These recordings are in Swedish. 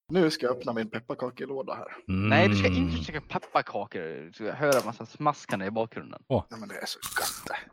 Nu ska jag öppna min pepparkakelåda här. Nej, du ska inte försöka pepparkakor. Du ska höra en massa smaskande i bakgrunden. Ja, men det är så gott det.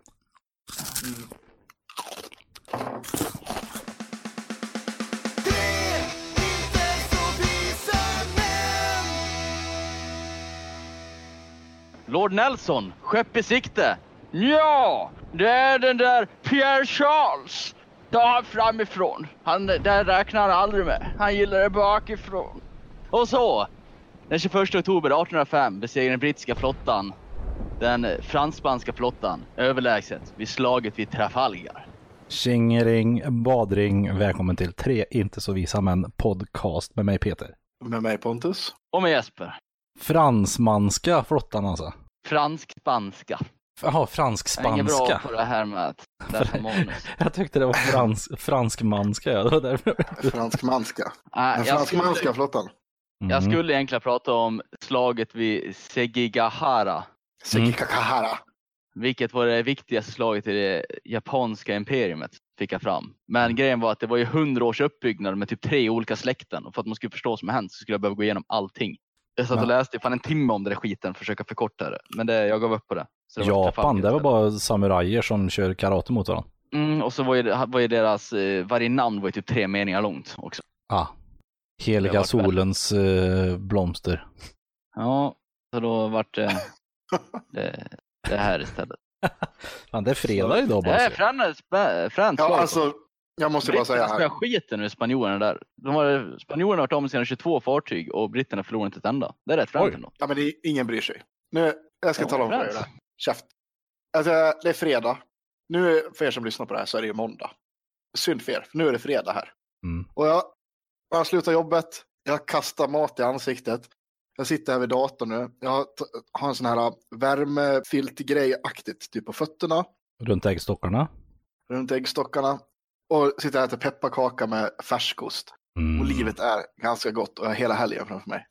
Lord Nelson, skepp i sikte. Ja, det är den där Pierre Charles. Ta han framifrån. Där räknar han aldrig med. Han gillar det bakifrån. Och så, den 21 oktober 1805 besegrar den brittiska flottan den fransk-spanska flottan överlägset vid slaget vid Trafalgar. Tjingering, badring, välkommen till 3 inte så visa män podcast med mig Peter. Med mig Pontus. Och med Jesper. Fransmanska flottan alltså. Fransk-spanska. Jaha, fransk-spanska. Jag är ingen bra på det här med att läsa manus. Jag tyckte det var franskmanska. Ja, det var därför. Franskmanska. Den franskmanska flottan. Jag skulle egentligen prata om slaget vid Sekigahara. Sekigahara. Vilket var det viktigaste slaget i det japanska imperiet, fick jag fram. Men grejen var att det var ju 100 års uppbyggnad med typ 3 olika släkten. Och för att man skulle förstå vad som har hänt så skulle jag behöva gå igenom allting. Jag satt och läste fan en timme om det där skiten för att försöka förkorta det. Men jag gav upp på det. Så det Japan, det var bara samurajer som kör karate mot varandra. Och så var ju deras, varje namn var ju typ 3 meningar långt också. Heliga solens blomster. Ja, så då vart det här istället. Fan, det är fredag idag bara. Det är fränt. Ja, alltså, jag måste bara säga här. Jag skiter nu spanjorerna där. Spanjorerna har varit av med sina 22 fartyg och britterna förlorar inte ett enda. Det är rätt fränt ändå. Ja, men ingen bryr sig. Nu, jag ska tala om för er det. Käft. Alltså, det är fredag. Nu, för er som lyssnar på det här, så är det ju måndag. Synd för er, för nu är det fredag här. Och jag slutar jobbet. Jag kastar mat i ansiktet. Jag sitter här vid datorn nu. Jag har en sån här värmefiltgrej-aktigt typ på fötterna. Runt äggstockarna. Och sitter här och äter pepparkaka med färskost. Och livet är ganska gott och jag har hela helgen framför mig.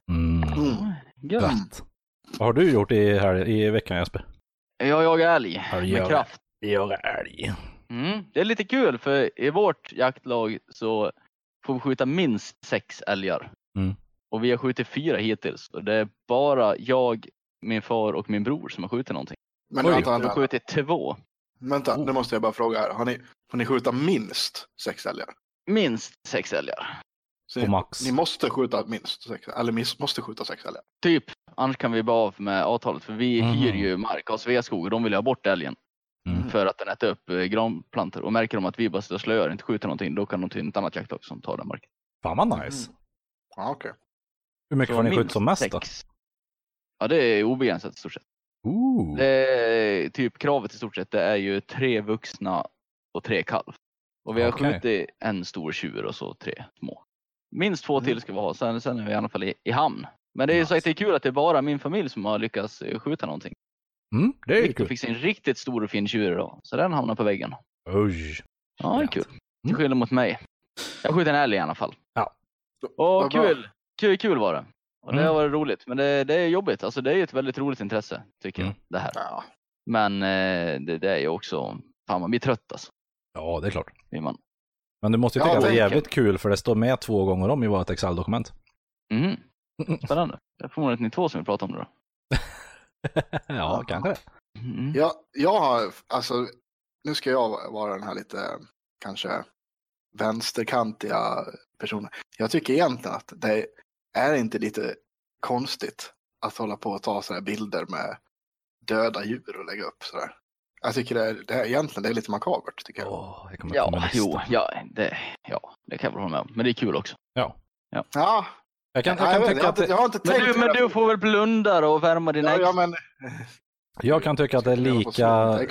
Gött. Vad har du gjort i veckan, Jesper? Jag jagar älg med kraft. Det är lite kul för i vårt jaktlag så får vi skjuta minst 6 älgar. Och vi har skjutit 4 hittills. Och det är bara jag, min far och min bror som har skjutit någonting. Men vi har skjutit 2. Vänta, nu måste jag bara fråga här. Får ni skjuta minst 6 älgar? Minst 6 älgar. Så ni måste skjuta minst 6, eller måste skjuta 6 älgar? Typ, annars kan vi bara av med avtalet. För vi hyr ju mark av Sveaskog och de vill ha bort älgen. För att den äter upp granplantor. Och märker de att vi bara står slöar och inte skjuter någonting, då kan de till ett annat jaktlag som tar den marken. Fan vad nice. Ja, okej. Hur mycket får ni skjuta som mest då? Ja, det är obegränsat i stort sett. Det är, typ kravet i stort sett, det är ju 3 vuxna och 3 kalv. Och vi har skjutit en stor tjur och så 3 små. Minst 2 till ska vi ha, sen är vi i alla fall i hamn. Men det är ju så att det är kul att det är bara min familj som har lyckats skjuta någonting. Det är Victor fick sin riktigt stor och fin tjur idag, så den hamnar på väggen. Oj. Ja, det är kul. Till skillnad mot mig. Jag skjuter en älg i alla fall. Ja. Och kul var det. Och det har varit roligt. Men det är jobbigt. Alltså det är ju ett väldigt roligt intresse, tycker jag. Det här. Ja. Men det är ju också... Fan, man blir trött alltså. Ja, det är klart. Men du måste ju tycka att det är jävligt kul, för det står med 2 gånger om i vårt Excel-dokument. Spännande. Jag får att ni 2 som vill prata om det då. Ja, kanske det. Jag har, alltså, nu ska jag vara den här lite, kanske vänsterkantiga personen. Jag tycker egentligen att det är inte lite konstigt att hålla på och ta sådana bilder med döda djur och lägga upp sådär. Jag tycker det är egentligen det är lite makabert, tycker jag. Det kan jag väl hålla med om. Men det är kul också. Ja. Jag har inte tänkt. Men du får väl blunda och värma dina ägg. Men... Jag kan tycka att det är lika...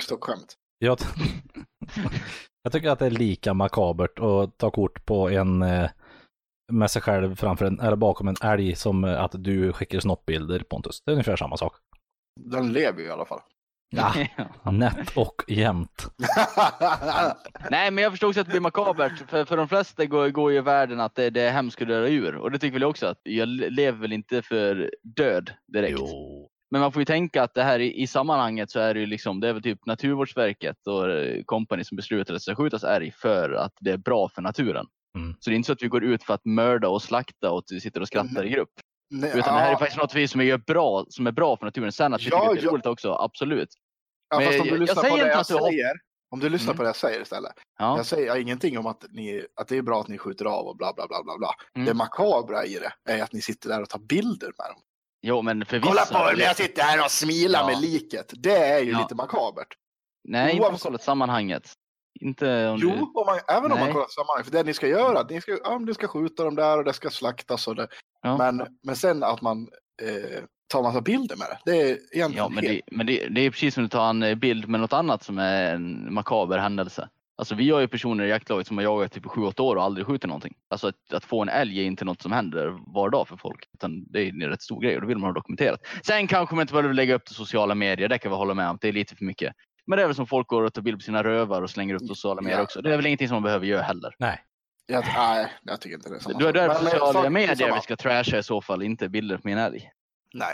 Jag tycker att det är lika makabert att ta kort på en med sig själv framför eller bakom en älg som att du skickar snoppbilder, Pontus. Det är ungefär samma sak. Den lever ju i alla fall. Ja, nätt och jämnt. Nej, men jag förstår också att det blir makabert. För de flesta går ju i världen att det är hemskt att döda djur. Och det tycker väl jag också, att jag lever väl inte för död direkt. Jo. Men man får ju tänka att det här i sammanhanget så är det ju liksom, det är väl typ Naturvårdsverket och company som beslutar att det ska skjutas älg för att det är bra för naturen. Så det är inte så att vi går ut för att mörda och slakta och sitter och skrattar i grupp. Nej, utan det här är faktiskt något vi som är bra för naturen. Sen att vi tycker det är roligt också, absolut. Ja, men fast om du lyssnar på det jag säger, om du lyssnar på det jag säger istället. Ja. Jag säger ingenting om att det är bra att ni skjuter av och bla bla bla bla bla. Det makabra i det är att ni sitter där och tar bilder med dem. Jo, men för vissa... Kolla på när jag sitter här och smilar med liket. Det är ju lite makabert. Nej, inte om man kollar sammanhanget. Inte om även om man kollar sammanhanget. För det ni ska göra, du ska skjuta dem där och det ska slaktas. Och det. Ja. Men sen att man tar massa bilder med det. Det är egentligen men det är precis som att ta en bild med något annat som är en makaber händelse. Alltså vi har ju personer i jaktlaget som har jagat typ 7-8 år och aldrig skjutit någonting. Alltså att få en älg är inte något som händer var dag för folk. Utan det är en rätt stor grej och då vill man ha dokumenterat. Sen kanske man inte behöver lägga upp till sociala medier. Det kan vi hålla med om. Det är lite för mycket. Men det är väl som folk går och tar bild på sina rövar och slänger upp på sociala medier också. Det är väl ingenting som man behöver göra heller. Nej, jag tycker inte det är samma. Du är där sociala medier vi ska trasha i så fall. Inte bilder på min älg. Nej.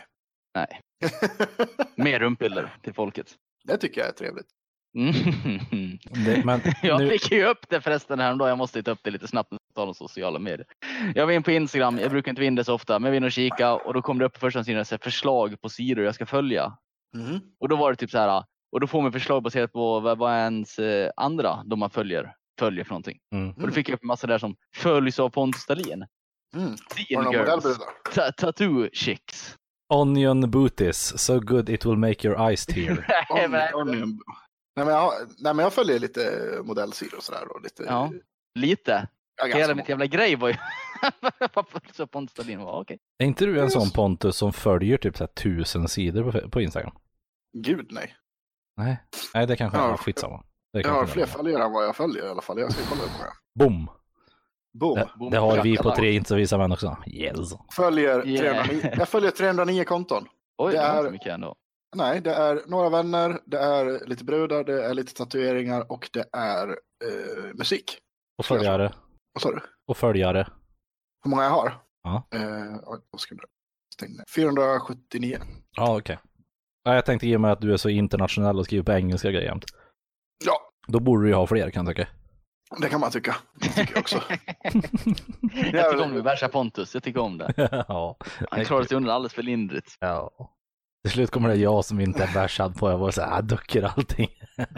Mer rumpbilder till folket. Det tycker jag är trevligt. Jag fick ju upp det förresten häromdagen. Jag måste ta upp det lite snabbt och ta de sociala medier. Jag var in på Instagram. Jag brukar inte vinna det så ofta. Men jag vinner och kika. Och då kom det upp på första sidan förslag på sidor jag ska följa. Och då var det typ så här. Och då får man förslag baserat på vad ens andra de man följer för någonting. Och då fick jag upp en massa där som följs av Pontus Dahlin. Teen girls. Tattoo chicks. Onion booties, so good it will make your eyes tear. Nej, men jag följer lite modellsidor och sådär. Och lite. Ja, lite. Hela mitt jävla grej var ju... så Pontus Dahlin var okej. Är inte du en sån Pontus som följer typ 1000 sidor på Instagram? Gud, nej. Nej, det kanske är skitsamma. Jag har fler följare än vad jag följer i alla fall. Jag ska kolla upp det. Boom. Det har vi på 3 inte så visa män också. Yes. Jag följer 309 konton. Oj, det är inte mycket ändå. Nej, det är några vänner, det är lite brudar, det är lite tatueringar och det är musik. Och följare. Vad sa du? Och följare. Hur många jag har? Ja. 479. Ja, okej. Ja, jag tänkte ge mig att du är så internationell och skriver på engelska grejer. Ja. Då borde du ju ha fler, kan jag tycka. Det kan man tycka. Det tycker jag också. Jag tycker om det, värsta Pontus. Jag tycker om det. Ja. Han klarar sig undan alldeles för lindrigt. Ja. Till slut kommer det jag som inte är värsad på. Jag var så här, duckar allting.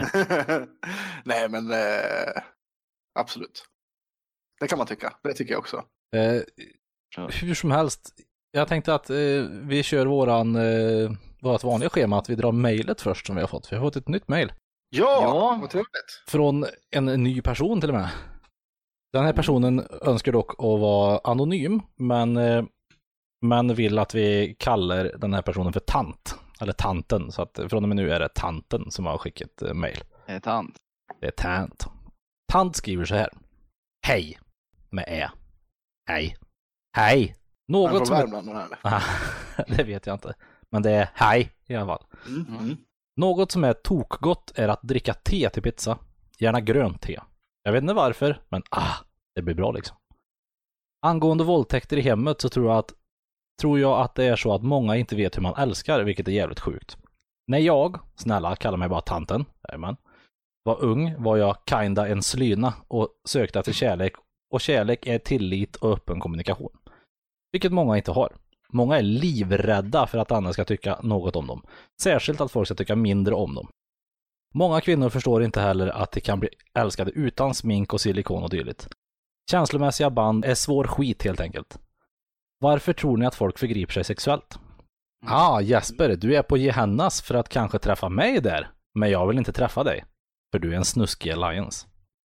Nej, men absolut. Det kan man tycka. Det tycker jag också. Hur som helst. Jag tänkte att vi kör vårt vanliga schema. Att vi drar mejlet först som vi har fått. Vi har fått ett nytt mejl. Ja, vad trevligt. Från en ny person till och med. Den här personen önskar dock att vara anonym, men vill att vi kallar den här personen för tant. Eller tanten, så att från och med nu är det tanten som har skickat mejl. Det är tant. Det är tant. Tant skriver så här. Hej. Med ä. Hej. Hej. Något som det vet jag inte. Men det är hej i alla fall. Något som är tokgott är att dricka te till pizza. Gärna grönt te. Jag vet inte varför, men det blir bra liksom. Angående våldtäkter i hemmet så tror jag att det är så att många inte vet hur man älskar, vilket är jävligt sjukt. När jag, snälla kalla mig bara tanten, var ung var jag kinda en slyna och sökte efter kärlek. Och kärlek är tillit och öppen kommunikation. Vilket många inte har. Många är livrädda för att andra ska tycka något om dem. Särskilt att folk ska tycka mindre om dem. Många kvinnor förstår inte heller att de kan bli älskade utan smink och silikon och dylikt. Känslomässiga band är svår skit helt enkelt. Varför tror ni att folk förgriper sig sexuellt? Jesper, du är på Gehennas för att kanske träffa mig där. Men jag vill inte träffa dig. För du är en snuskig alliance.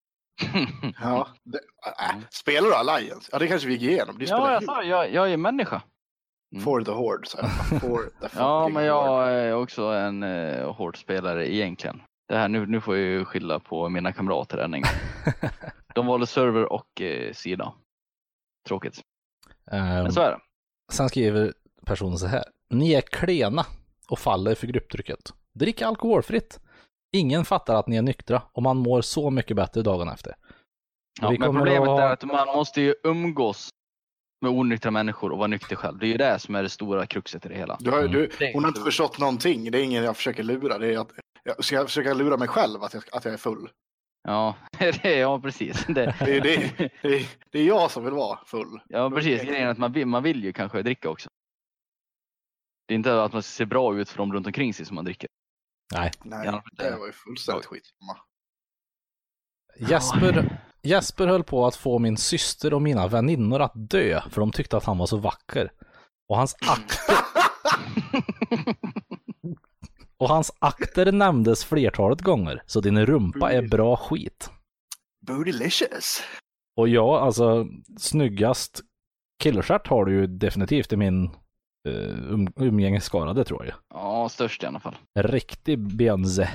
Ja, spelar du alliance? Ja, det kanske vi gick igenom. Jag är människa. For the horde, så ja, men jag är också en horde-spelare egentligen. Det här, nu får jag ju skylla på mina kamrater än en gång. De valde server och sida. Tråkigt. Men så är det. Sen skriver personen så här. Ni är klena och faller för grupptrycket. Drick alkoholfritt. Ingen fattar att ni är nyktra och man mår så mycket bättre dagen efter. Ja, men problemet är att man måste ju umgås med onyktra människor och vara nykter själv. Det är ju det som är det stora kruxet i det hela. Hon har inte förstått någonting. Det är ingen jag försöker lura. Det är att jag försöker lura mig själv att jag är full. Ja, ja precis. Det är jag som vill vara full. Ja, precis. Grejen är att man vill ju kanske dricka också. Det är inte att man ska se bra ut för dem runt omkring sig som man dricker. Nej, det var ju fullständigt skit. Jesper höll på att få min syster och mina väninnor att dö för de tyckte att han var så vacker. Och hans akter nämndes flertalet gånger, så din rumpa är bra skit. Bootylicious. Och ja, alltså snyggast killstjärt har du ju definitivt i min umgängesskara, det tror jag. Ja, störst i alla fall. Riktig benze.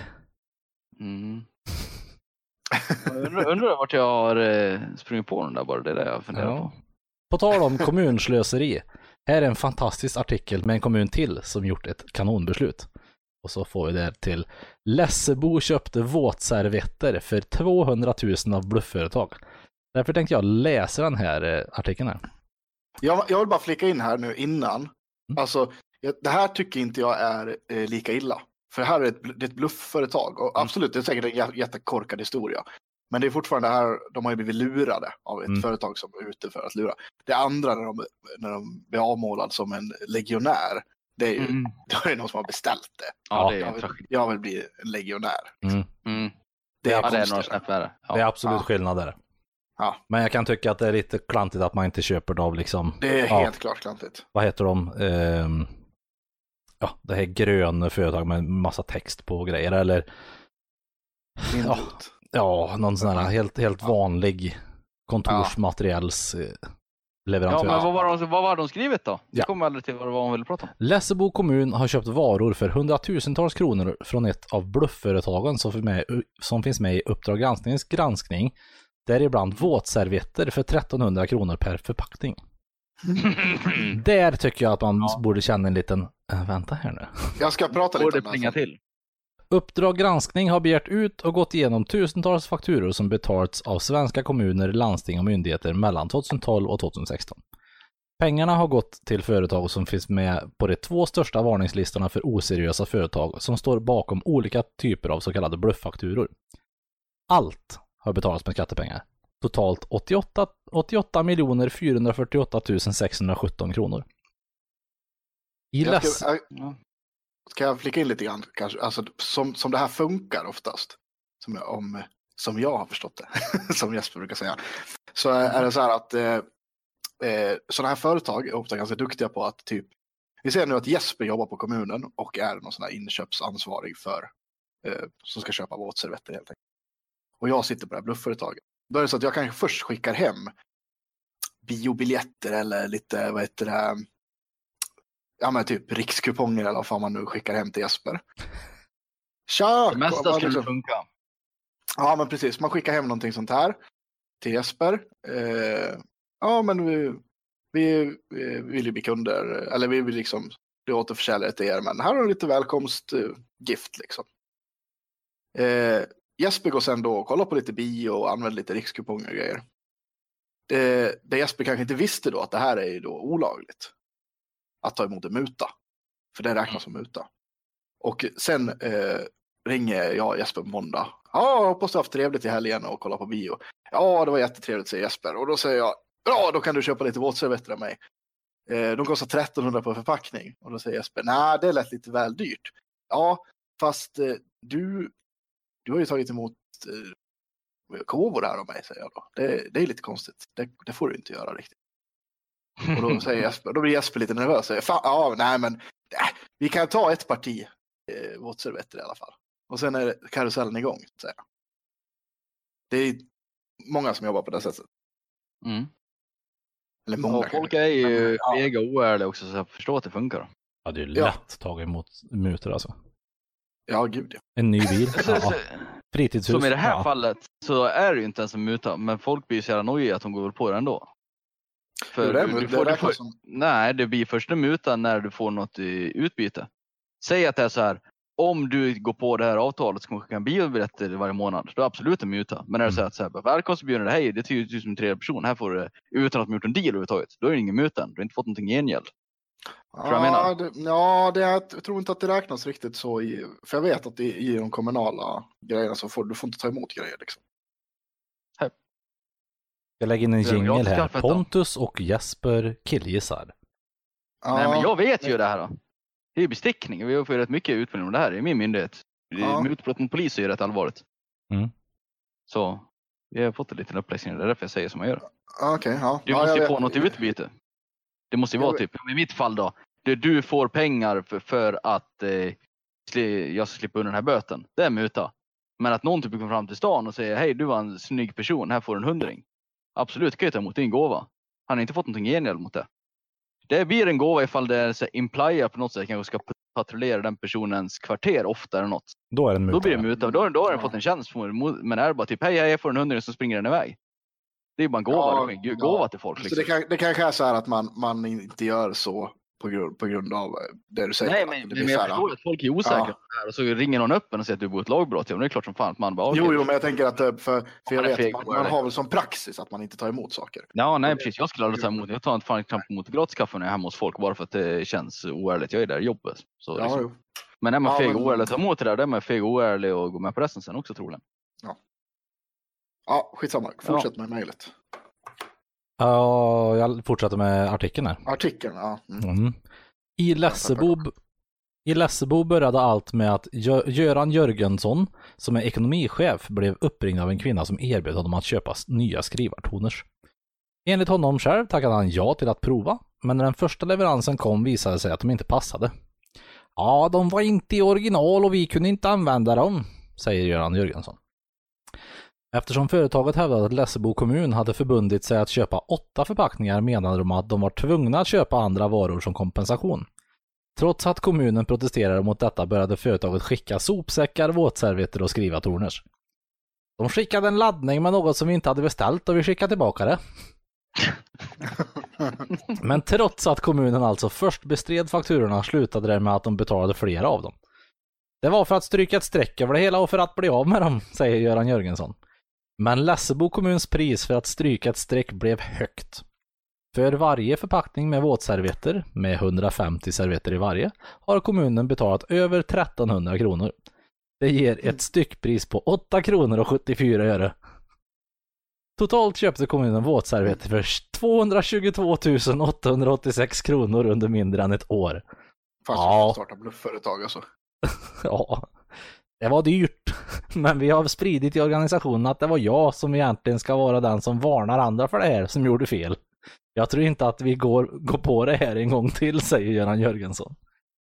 Undrar vart jag har sprungit på den där bara, det är det jag funderar på. På tal om kommunslöseri. Här är en fantastisk artikel med en kommun till som gjort ett kanonbeslut. Och så får vi det till. Lessebo köpte våtservetter för 200 000 av bluffföretag. Därför tänkte jag läsa den här artikeln här. Jag vill bara flika in här nu innan. Alltså, det här tycker inte jag är lika illa. För här är det ett bluffföretag. Och absolut, det är säkert en jättekorkad historia. Men det är fortfarande här, de har ju blivit lurade av ett företag som är ute för att lura. Det andra när de blir avmålad som en legionär, det är ju då är det någon som har beställt det. Ja, jag vill bli en legionär. Det är några snäpp värre. Det är absolut skillnad där. Ja. Men jag kan tycka att det är lite klantigt att man inte köper det av liksom... Det är helt klart klantigt. Vad heter de? Det här gröna företag med massa text på grejer eller... Ja, någon sån här helt vanlig kontorsmateriells leverantör. Ja, men vad var de skrivit då? Jag kommer aldrig till vad det var hon ville prata om. Lessebo kommun har köpt varor för 100,000-tals kronor från ett av bluffföretagen som finns med i Uppdrag granskningens granskning. Däribland våtservetter för 1300 kronor per förpackning. Där tycker jag att man borde känna en liten... vänta här nu. Jag ska prata lite om det. Till. Uppdrag granskning har begärt ut och gått igenom tusentals fakturor som betalats av svenska kommuner, landsting och myndigheter mellan 2012 och 2016. Pengarna har gått till företag som finns med på de 2 största varningslistorna för oseriösa företag som står bakom olika typer av så kallade blufffakturor. Allt har betalats med skattepengar. Totalt 88 448 617 kronor. Ska jag flika in lite grann kanske? Alltså, som det här funkar oftast. Som jag har förstått det. Som Jesper brukar säga. Så är det så här att sådana här företag är ofta ganska duktiga på att typ... Vi ser nu att Jesper jobbar på kommunen och är någon sån här inköpsansvarig för som ska köpa våtservetter helt enkelt. Och jag sitter på det här bluffföretaget. Då är det så att jag kanske först skickar hem biobiljetter eller lite, vad heter det, ja men typ rikskuponger eller vad fan man nu skickar hem till Jesper. Tja! Det mesta skulle funka. Ja men precis, man skickar hem någonting sånt här till Jesper. Ja men vi vill ju bli kunder, eller vi vill liksom bli återförsäljare till er, men här har du lite välkomstgift liksom. Jesper går sen då och kollar på lite bio och använder lite rikskuponger och grejer. Det Jesper kanske inte visste då att det här är ju då olagligt. Att ta emot en muta. För det räknas som muta. Och sen ringer jag Jesper på måndag. Ja, jag hoppas du har haft trevligt i helgen och kolla på bio. Ja, det var jättetrevligt, säger Jesper. Och då säger jag, bra, då kan du köpa lite våtservetter av mig. De kostar 1300 på förpackning. Och då säger Jesper, nej, det lät lite väl dyrt. Ja, fast du har ju tagit emot gåvor här av mig, säger jag då. Det är lite konstigt. Det får du inte göra riktigt. Och då säger Jesper, då blir Jesper lite nervös. Säger, vi kan ta ett parti våtservetter i alla fall. Och sen är karusellen igång, säger jag. Det är många som jobbar på det sättet. Eller många. Folk är ju fega oärliga också, så jag förstår att det funkar. Ja, det är lätt tagit emot mutor alltså. Ja, gud ja. En ny bil. Fritidshus. Som i det här fallet så är det ju inte ens en muta, men folk blir så jävla nojiga att de går på det ändå. För nej, det blir först en muta när du får något i utbyte. Säg att det är så här, om du går på det här avtalet så kommer du skicka en biobiljetter varje månad, då är absolut en muta. Men när det är så här, välkomstbjudande, hej, det är ju som en tredje person, här får du utan att de gjort en deal överhuvudtaget. Då är det ingen muta, du har inte fått någonting i gengäld. Jag tror inte att det räknas riktigt så för jag vet att i de kommunala grejerna så får du får inte ta emot grejer liksom. Jag lägger in en jingle här. Pontus och Jesper killgissar. Nej, men jag vet ju det här då. Det är bestickning. Vi har fått rätt mycket utbildning om det här i min myndighet. Mutbrott mot polis är ju rätt allvarligt. Så vi har fått en liten uppläxning. Det är därför jag säger som jag gör. Du måste ju få något i utbyte. Det måste ju vara typ, i mitt fall då. Du får pengar för att jag ska slippa under den här böten. Det är muta. Men att någon typ kommer fram till stan och säger hej, du var en snygg person, här får du en 100. Absolut, kan jag ta emot din gåva. Han har inte fått någonting gengäld mot det. Det blir en gåva ifall det är så implier på något sätt. Kanske ska patrullera den personens kvarter ofta eller något. Då är det en muta. Då blir det muta. Då har den fått en tjänst. Men är det bara typ hej, jag får en 100 så springer den iväg. Det är bara en gåva. Gåva till folk. Liksom. Så det kanske är så här att man inte gör så på grund av det du säger. Nej, men jag förstår att folk är osäkra på det här. Och så ringer någon upp och säger att du bor ett lagbrott. Ja, men det är klart som fan att man bara... Jo, men jag tänker att för jag vet att man har väl som praxis att man inte tar emot saker. Ja, nej, precis. Jag skulle aldrig ta emot. Jag tar inte fan knappt emot gratiskaffe när jag är hemma hos folk bara för att det känns oärligt. Jag är där i jobbet. Så, liksom. Men är man feg och oärlig att ta emot det där, är man feg och oärlig och gå med på resten sen också troligen. Ja, skitsamma. Fortsätt med mejlet. Ja, jag fortsätter med artikeln här. Artikeln, ja. I Lessebo började allt med att Göran Jörgensson, som är ekonomichef, blev uppringd av en kvinna som erbjöd honom att köpa nya skrivartoners. Enligt honom själv tackade han ja till att prova, men när den första leveransen kom visade det sig att de inte passade. Ja, de var inte i original och vi kunde inte använda dem, säger Göran Jörgensson. Eftersom företaget hävdade att Lessebo kommun hade förbundit sig att köpa 8 förpackningar menade de att de var tvungna att köpa andra varor som kompensation. Trots att kommunen protesterade mot detta började företaget skicka sopsäckar, våtservetter och skrivartoners. De skickade en laddning med något som vi inte hade beställt och vi skickade tillbaka det. Men trots att kommunen alltså först bestred fakturorna slutade det med att de betalade flera av dem. Det var för att stryka ett streck över det hela och för att bli av med dem, säger Göran Jörgensson. Men Lessebo kommuns pris för att stryka ett streck blev högt. För varje förpackning med våtservetter, med 150 servetter i varje, har kommunen betalat över 1300 kronor. Det ger ett styckpris på 8 kronor och 74 öre. Totalt köpte kommunen våtservetter för 222 886 kronor under mindre än ett år. Fast ja. Starta bluffföretag alltså. Ja, det var dyrt. Men vi har spridit i organisationen att det var jag som egentligen ska vara den som varnar andra för det här som gjorde fel. Jag tror inte att vi går på det här en gång till, säger Göran Jörgensson.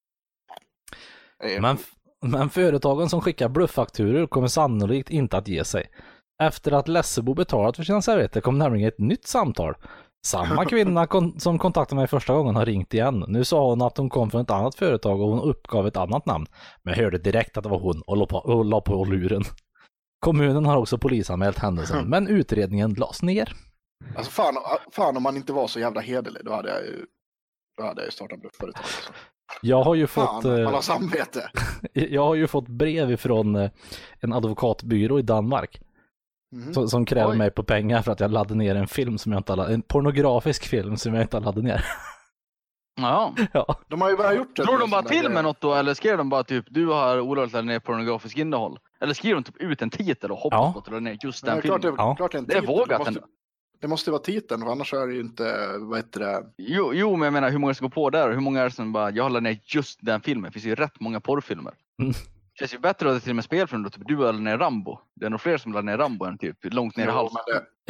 Men företagen som skickar blufffakturor kommer sannolikt inte att ge sig. Efter att Lessebo betalat för sina servetter kom nämligen ett nytt samtal. Samma kvinna som kontaktade mig första gången har ringt igen. Nu sa hon att hon kom från ett annat företag och hon uppgav ett annat namn. Men jag hörde direkt att det var hon och la på luren. Kommunen har också polisanmält händelsen, men utredningen lades ner. Alltså fan om man inte var så jävla hederlig, då hade jag ju startat bluffföretag. Alltså. Jag har ju fått... man har samvete. Jag har ju fått brev ifrån en advokatbyrå i Danmark. Som kräver mig på pengar för att jag laddade ner en film som jag inte en pornografisk film som jag inte har laddat ner. Ja. De har ju bara gjort det. Tror de bara till med något då, eller skrev de bara typ du har olagligt laddat ner pornografisk innehåll? Eller skrev de typ ut en titel och hoppas på att ladda ner just den filmen? Klart det är vågat. Det måste vara titeln, för annars är det ju inte, vad heter det? Jo, men jag menar hur många ska gå på där och hur många är det som bara, jag har laddat ner just den filmen. Det finns ju rätt många porrfilmer. Det känns ju bättre att det till och med spelfilm då, typ du laddar ner Rambo. Det är nog fler som laddar ner Rambo än typ långt ner i halsen.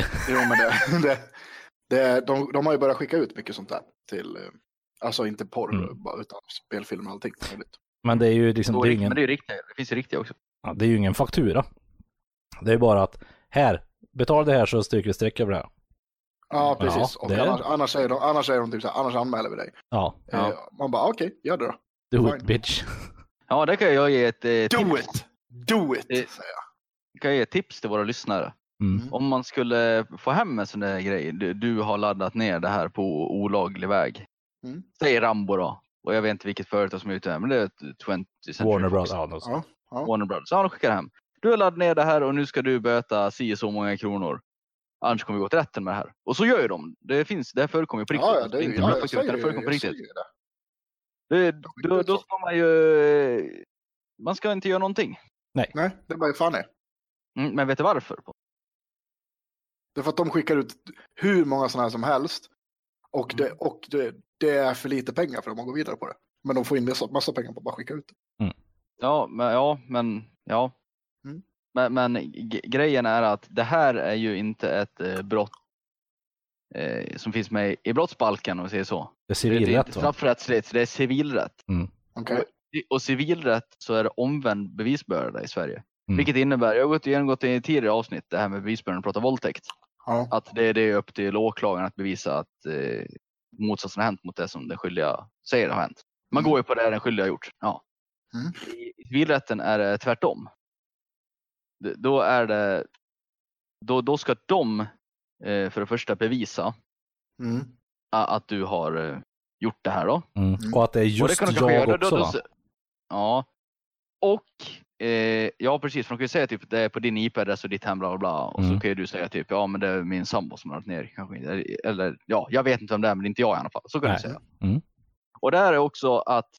De har ju börjat skicka ut mycket sånt där till, alltså inte porr utan spelfilm och allting. Men det är ju liksom, men det är riktigt, det finns ju riktigt också. Ja, det är ju ingen faktura. Det är bara att här, betala det här så stryker vi streck över det här. Ja, precis. Och annars säger de typ så här, annars anmäler vi dig. Ja. Man bara, okej, gör det då. Do it, bitch. Ja, det kan jag ge ett tips. Do it, säger jag. Kan jag ge ett tips till våra lyssnare. Om man skulle få hem en sån där grej, du har laddat ner det här på olaglig väg. Säg Rambo då. Och jag vet inte vilket företag som är ute här, men det är 20th Century Warner Brothers. Warner Brothers. Så han skickar hem. Du har laddat ner det här och nu ska du böta så många kronor. Annars kommer vi gå till rätten med det här. Och så gör ju de. Det förekommer på riktigt. Ja, det förekommer på riktigt. Då ska man ju... Man ska inte göra någonting. Nej, det är bara fan det. Men vet du varför? Det är för att de skickar ut hur många sådana här som helst. Och det är för lite pengar för dem att gå vidare på det. Men de får in massa pengar på att bara skicka ut det. Mm. Men grejen är att det här är ju inte ett brott som finns med i brottsbalken, om vi säger så. Det är civilrätt, det är inte straffrättsligt, det är civilrätt. Mm. Okay. Och civilrätt så är det omvänd bevisbörda i Sverige. Vilket innebär, jag har genomgått i tidigare avsnitt det här med bevisbördan och prata våldtäkt. Ja. Att det är upp till åklagaren att bevisa att motsatsen har hänt mot det som den skyldiga säger har hänt. Man går ju på det den skyldiga har gjort. Ja. I civilrätten är det tvärtom. Då är det då ska de för det första bevisa att du har gjort det här då. Och att det är just och det kan jag också va? Ja. Och ja precis, för de kan ju säga typ det är på din IP-adress och ditt hem bla bla bla. Och så kan ju du säga typ ja men det är min sambo som har varit ner kanske. Eller ja, jag vet inte om det är men inte jag i alla fall. Så kan du säga. Och där är också att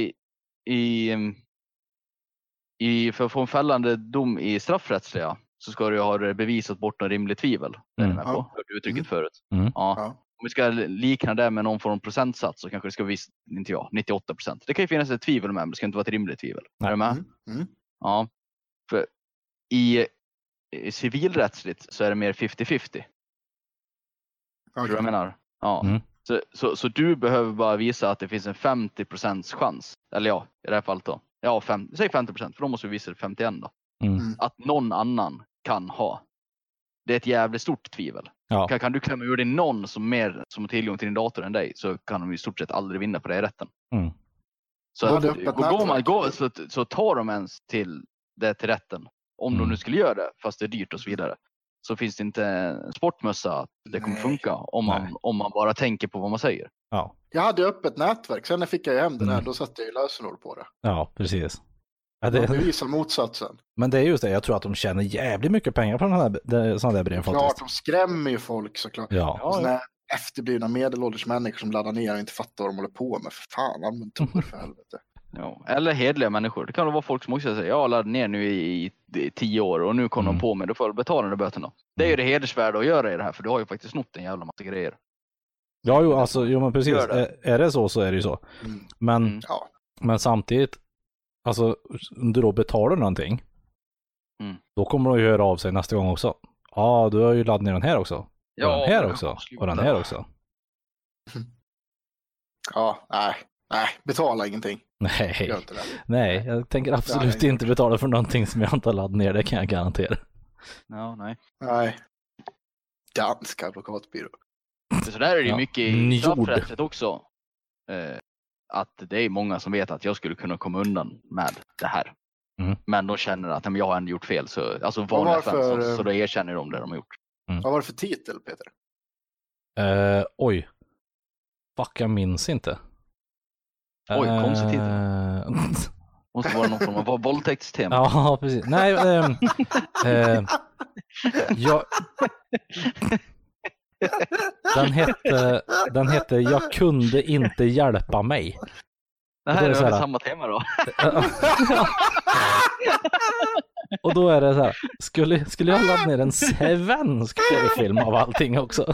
för att få en fällande dom i straffrättsliga så ska du ha bevisat bort något rimligt tvivel. Det är med på. Hörde du uttrycket förut? Ja. Om vi ska likna det med någon form av procentsats så kanske det ska visa, inte jag, 98%. Det kan ju finnas ett tvivel med, men det ska inte vara ett rimligt tvivel. Är du med? Ja. För i civilrättsligt så är det mer 50-50. Tror du jag menar? Ja. Så du behöver bara visa att det finns en 50% chans. Eller ja, i det här fallet då. Ja, säg 50%, för då måste vi visa det 51 då. Att någon annan kan ha. Det är ett jävligt stort tvivel. Ja. Kan du klämma ur dig någon som har tillgång till din dator än dig så kan de i stort sett aldrig vinna på det i rätten. Så så tar de ens till rätten. Om de nu skulle göra det, fast det är dyrt och så vidare. Så finns det inte en sportmössa att det kommer funka om man bara tänker på vad man säger. Ja. Jag hade öppet nätverk, sen när fick jag hem det där, då satte jag ju lösenord på det. Ja, precis. Ja, det visar motsatsen. Men det är just det, jag tror att de tjänar jävligt mycket pengar på sådana där brev. Klart, de skrämmer ju folk såklart. Ja. Sådana här efterblivna medelålders människor som laddar ner och inte fattar vad de håller på med. För fan, använd Tor för helvete. Ja, eller hedliga människor. Det kan vara folk som också säger jag laddar ner nu i 10 år och nu kommer de på mig, då får jag betala den böterna. Det är ju det hedersvärda att göra i det här, för du har ju faktiskt snott en jävla massa grejer. Ja, men precis. Är det så är det ju så. Men samtidigt, alltså om du då betalar någonting, då kommer de ju höra av sig nästa gång också. Ja, du har ju laddat ner den här också. Ja, och den här också. Och den här också. Ja, nej, betala ingenting. Nej, jag tänker absolut inte betala för någonting som jag inte har laddat ner, det kan jag garantera. Ja, nej. Dansk advokatbyrå. Så där är det ju mycket i straffrättet också. Att det är många som vet att jag skulle kunna komma undan med det här. Men de känner att jag har ändå gjort fel. Så, alltså vanliga fans, så då erkänner de det de har gjort. Vad var det för titel, Peter? Oj. Fuck, jag minns inte. Oj, konstig titel. Måste vara någon form av våldtäktstema. Ja, precis. Nej, Den hette Jag kunde inte hjälpa mig. Det här är samma tema då. Och då är det så här, skulle jag ladda ner en svensk film av allting också?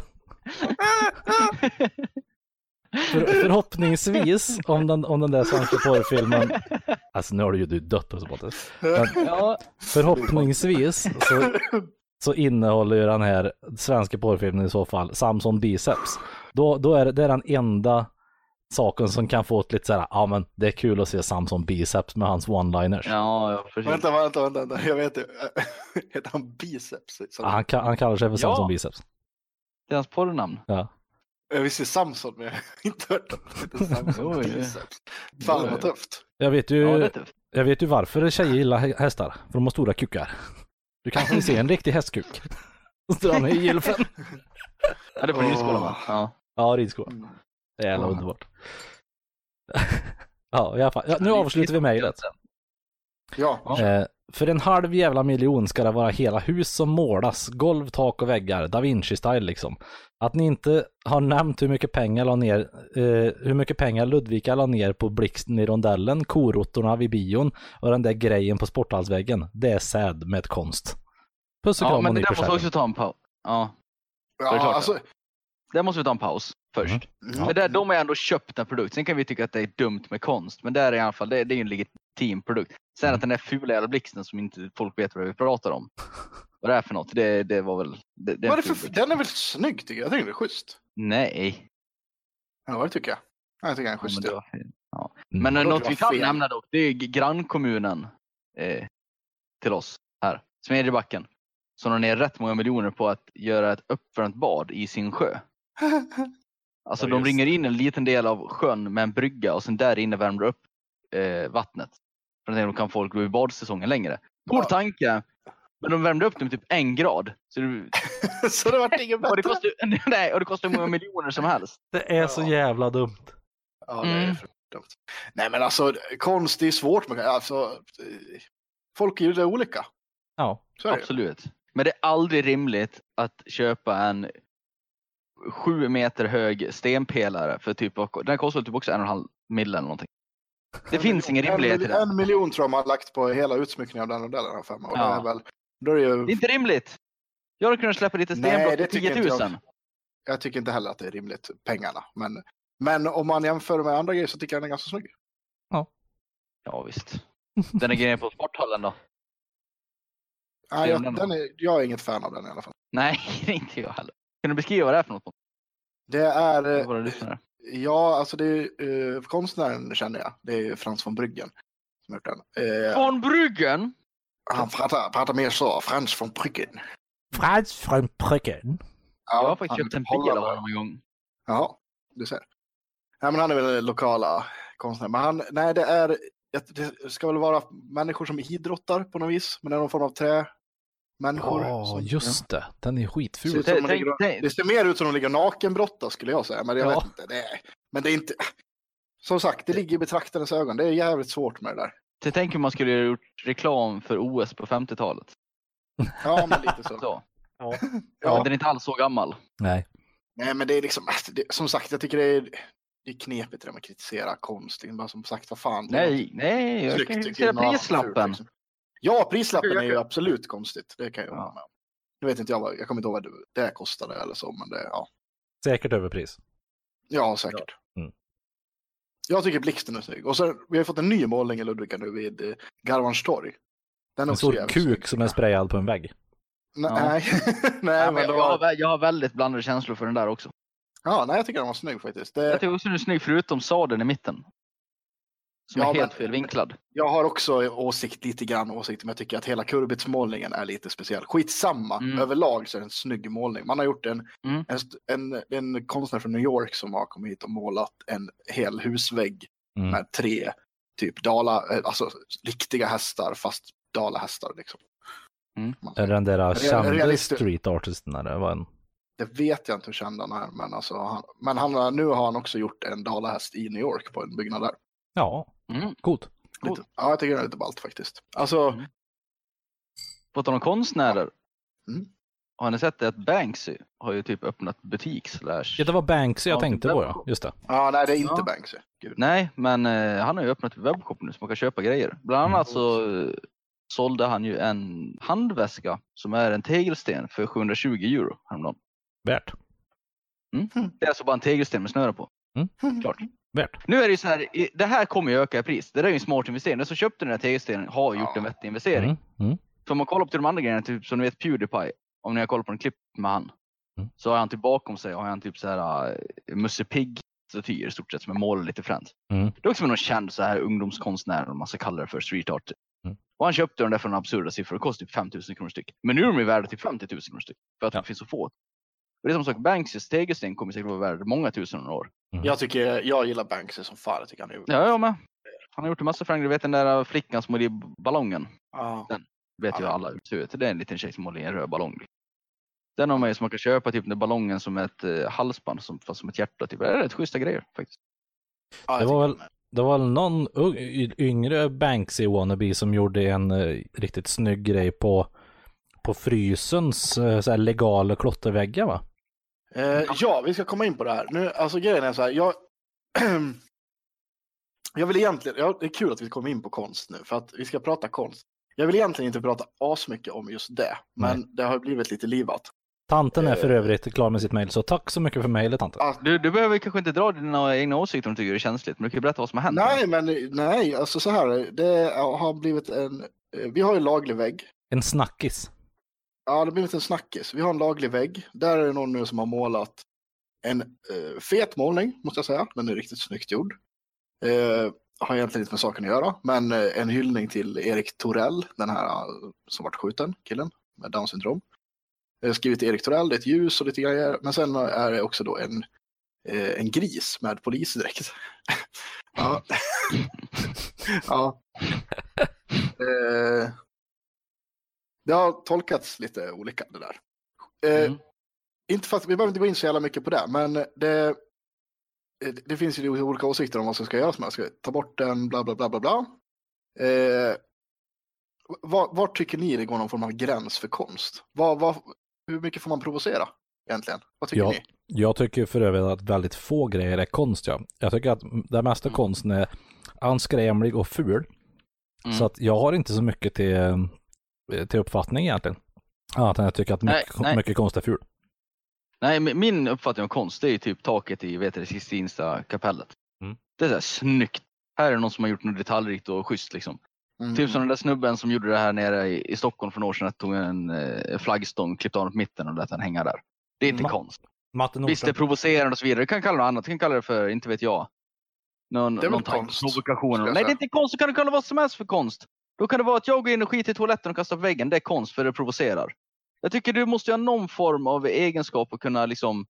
Förhoppningsvis om den där svenska porrfilmen, alltså nu har du ju dött och så på det. Förhoppningsvis så innehåller ju den här svenska porrfilmen i så fall Samson Biceps. Då är det den enda saken som kan få ett lite såhär, ja men det är kul att se Samson Biceps med hans one-liners. Ja, precis. Vänta, jag vet inte. Heter han Biceps? Han kallar sig för Samson Biceps. Det är hans porrnamn. Ja. Jag visste Samson, men jag har inte hört om Samson Biceps. Fan vad tufft. Jag vet ju varför tjejer gillar hästar. För de har stora kukar. Du kan få se en riktig hästkuk. Och dra ner i gylfen. Ja, det är på ridskolan va? Ja, ridskolan. Det är jävla underbart. Ja, i alla fall. Ja, nu avslutar vi mejlet. Ja. För 1,5 jävla miljon ska det vara hela hus som målas, golv, tak och väggar, Da Vinci-style liksom. Att ni inte har nämnt hur mycket pengar Ludvika la ner på blixten i rondellen, korottorna vid bion och den där grejen på sporthallsväggen. Det är sad med ett konst. Puss och kram och men det där måste också ta en paus. Ja. Ja, alltså... Där måste vi ta en paus först. För där, de har ändå köpt en produkt. Sen kan vi tycka att det är dumt med konst. Men där är i alla fall, det är ju en legitim produkt. Sen att den är fula jävla blixten som inte folk vet vad vi pratar om. Vad det är för något, det var väl... Den är väl snygg tycker jag. Jag tycker det är schysst. Nej. Ja, det tycker jag. Jag tycker den är schysst. Men något vi kan nämna dock, det är grannkommunen till oss här. Smedjebacken. Så de ner rätt många miljoner på att göra ett uppvärmt bad i sin sjö. Alltså de ringer in en liten del av sjön med en brygga och sen där inne värmer upp vattnet. För att då kan folk gå i badsäsongen längre. Cool tanke. Men de värmde upp dem typ 1 grad. Så det var inget bättre. Och det kostar många miljoner som helst. Det är så jävla dumt. Ja, det är för dumt. Nej men alltså konst är svårt. Alltså, folk är ju det olika. Ja, absolut. Men det är aldrig rimligt att köpa en 7 meter hög stenpelare för typ, den kostar typ också 1,5 mil eller någonting. Det finns ingen rimlighet i det. 1 miljon tror jag man har lagt på hela utsmyckningen av den modellen. Och ja. Det är ju... Det är inte rimligt. Jag hade kunnat släppa lite stenbrott på 10 000. Jag tycker inte heller att det är rimligt, pengarna. Men om man jämför med andra grejer så tycker jag den är ganska snygg. Ja visst. Den är grejen på sporthallen då? Nej, jag är inget fan av den i alla fall. Nej, inte jag heller. Kan du beskriva vad det är för något? Det är... Ja, alltså det är konstnären känner jag. Det är Frans von Bruggen som har gjort den. Von Bruggen? Han pratar mer så. Frans von Bruggen. Frans von Bruggen? Ja, jag har faktiskt köpt en bil av honom en gång. Ja, du ser. Ja, men han är väl lokala konstnär. Men det ska väl vara människor som idrottar på något vis. Men det är någon form av trämänniskor. Ja, just det. Den är skitful. Det ser mer ut som de ligger nakenbrotta skulle jag säga. Men jag vet inte. Men det är inte... Som sagt, det ligger i betraktarens ögon. Det är jävligt svårt med det där. Jag tänker man skulle göra reklam för OS på 50-talet. Ja, men lite så. Ja. Den är inte alls så gammal. Nej, men det är liksom... som sagt, jag tycker det är knepigt det med att kritisera konst. Det är bara som sagt, vad fan. Nej. Jag kan kritisera prislappen. Liksom. Ja, prislappen är ju absolut konstigt. Det kan jag hålla med om. Jag vet inte, jag kommer inte ihåg vad det kostade eller så, men det, ja. Säkert överpris. Ja, säkert. Jag tycker blixten är snygg. Och så vi har fått en ny målning i Ludvika nu vid Garvanstorg. Den är en stor kuk snygg. Som är sprayad på en vägg. Nej, men jag har väldigt blandade känslor för den där också. Ja, nej, jag tycker den var snygg faktiskt. Jag tycker också den är snygg förutom sadeln i mitten. Som är helt felvinklad. Jag har också lite grann åsikt, men jag tycker att hela kurbitsmålningen är lite speciell. Skitsamma, överlag så är det en snygg målning. Man har gjort en konstnär från New York som har kommit hit och målat en hel husvägg med 3 typ alltså riktiga hästar, fast dalahästar liksom. Är den där kända street artisten eller vad en? Det vet jag inte hur känd han är, men alltså nu har han också gjort en dalahäst i New York på en byggnad där. Ja, coolt. Ja, jag tycker det är lite ballt faktiskt. Alltså... På tal om konstnärer. Har ni sett det att Banksy har ju typ öppnat butik / Ja, det var Banksy jag tänkte på, ja. Just det. Ja, nej, det är inte Banksy. Gud. Nej, men han har ju öppnat webbshop nu så man kan köpa grejer. Bland annat så sålde han ju en handväska som är en tegelsten för 720 euro häromdagen. Värt. Det är alltså bara en tegelsten med snöre på. Klart. Värt. Nu är det ju så här, det här kommer ju öka i pris. Det där är ju en smart investering. Den som köpte den här tegelstenen har gjort en vettig investering. För om man kollar på de andra grejerna, typ som ni vet PewDiePie, om ni har kollat på en klipp med han, så har han typ bakom sig, har han typ så här Musse Pigg-statyer i stort sett som är målade lite fränt. Det är också någon känd så här ungdomskonstnär, om man ska kalla det för street art. Och han köpte den där för en absurda siffror. Det kostar typ 5 000 kronor styck. Men nu är de ju värda typ 50 000 kronor styck. För att det finns så få. Och det är som sagt, Banksys tegelsten kommer säkert vara värd många tusen år. Jag gillar Banksy som fan. Jag tycker han är... Ja, jag med. Han har gjort en massa förändringar. Du vet den där flickan som målade i ballongen. Den vet ju alla ut. Det är en liten tjej som målade i en röd ballong. Den har man ju som man kan köpa typ den ballongen som ett halsband fast som ett hjärta. Typ. Det är rätt schyssta grejer faktiskt. Det var väl någon yngre Banksy wannabe som gjorde en riktigt snygg grej på Frysens så här legala klotterväggar, va? Ja, vi ska komma in på det här. Nu, alltså grejen är så här, jag vill egentligen, det är kul att vi kommer in på konst nu, för att vi ska prata konst. Jag vill egentligen inte prata asmycket om just det, men det har blivit lite livat. Tanten är för övrigt klar med sitt mejl, så tack så mycket för mejlet, tanten. Du behöver kanske inte dra dina egna åsikter om du tycker det är känsligt, men du kan ju berätta vad som har hänt. Nej, alltså så här, det har blivit vi har ju en laglig vägg. En snackis. Ja, det har blivit en snackis. Vi har en laglig vägg. Där är det någon nu som har målat en fet målning, måste jag säga. Den är riktigt snyggt gjord. Har egentligen inte med saken att göra, men en hyllning till Erik Torell, den här som varit skjuten, killen med Down syndrom. Jag har skrivit Erik Torell, det är ett ljus och lite grejer, men sen är det också då en gris med polisdräkt. Ja. Ja. Det har tolkats lite olika det där. Inte för att vi behöver inte gå in så jävla mycket på det, men det finns ju olika åsikter om vad som ska göras. Man ska ta bort den, bla bla bla bla bla. Var tycker ni det går någon form av gräns för konst? Hur mycket får man provocera egentligen? Vad tycker ni? Jag tycker för övrigt att väldigt få grejer är konst. Ja. Jag tycker att det mesta konsten är anskrämlig och ful. Så att jag har inte så mycket till uppfattning egentligen. Att jag tycker att mycket konst är ful. Nej, min uppfattning om konst är ju typ taket i det Sistinska kapellet. Det är så här snyggt. Här är någon som har gjort något detaljrikt och schysst liksom. Typ som den där snubben som gjorde det här nere i Stockholm för några år sedan, att tog en flaggstång, klippte av den på mitten och lät den hänga där. Det är inte konst. Visst, det är provocerande och så vidare. Du kan kalla det något annat. Du kan kalla det för, inte vet jag, någon provokation. Nej, det är inte konst. Du kan kalla vad som helst för konst. Då kan det vara att jag går in och skiter i toaletten och kastar på väggen. Det är konst, för det provocerar. Jag tycker du måste ha någon form av egenskap och kunna liksom...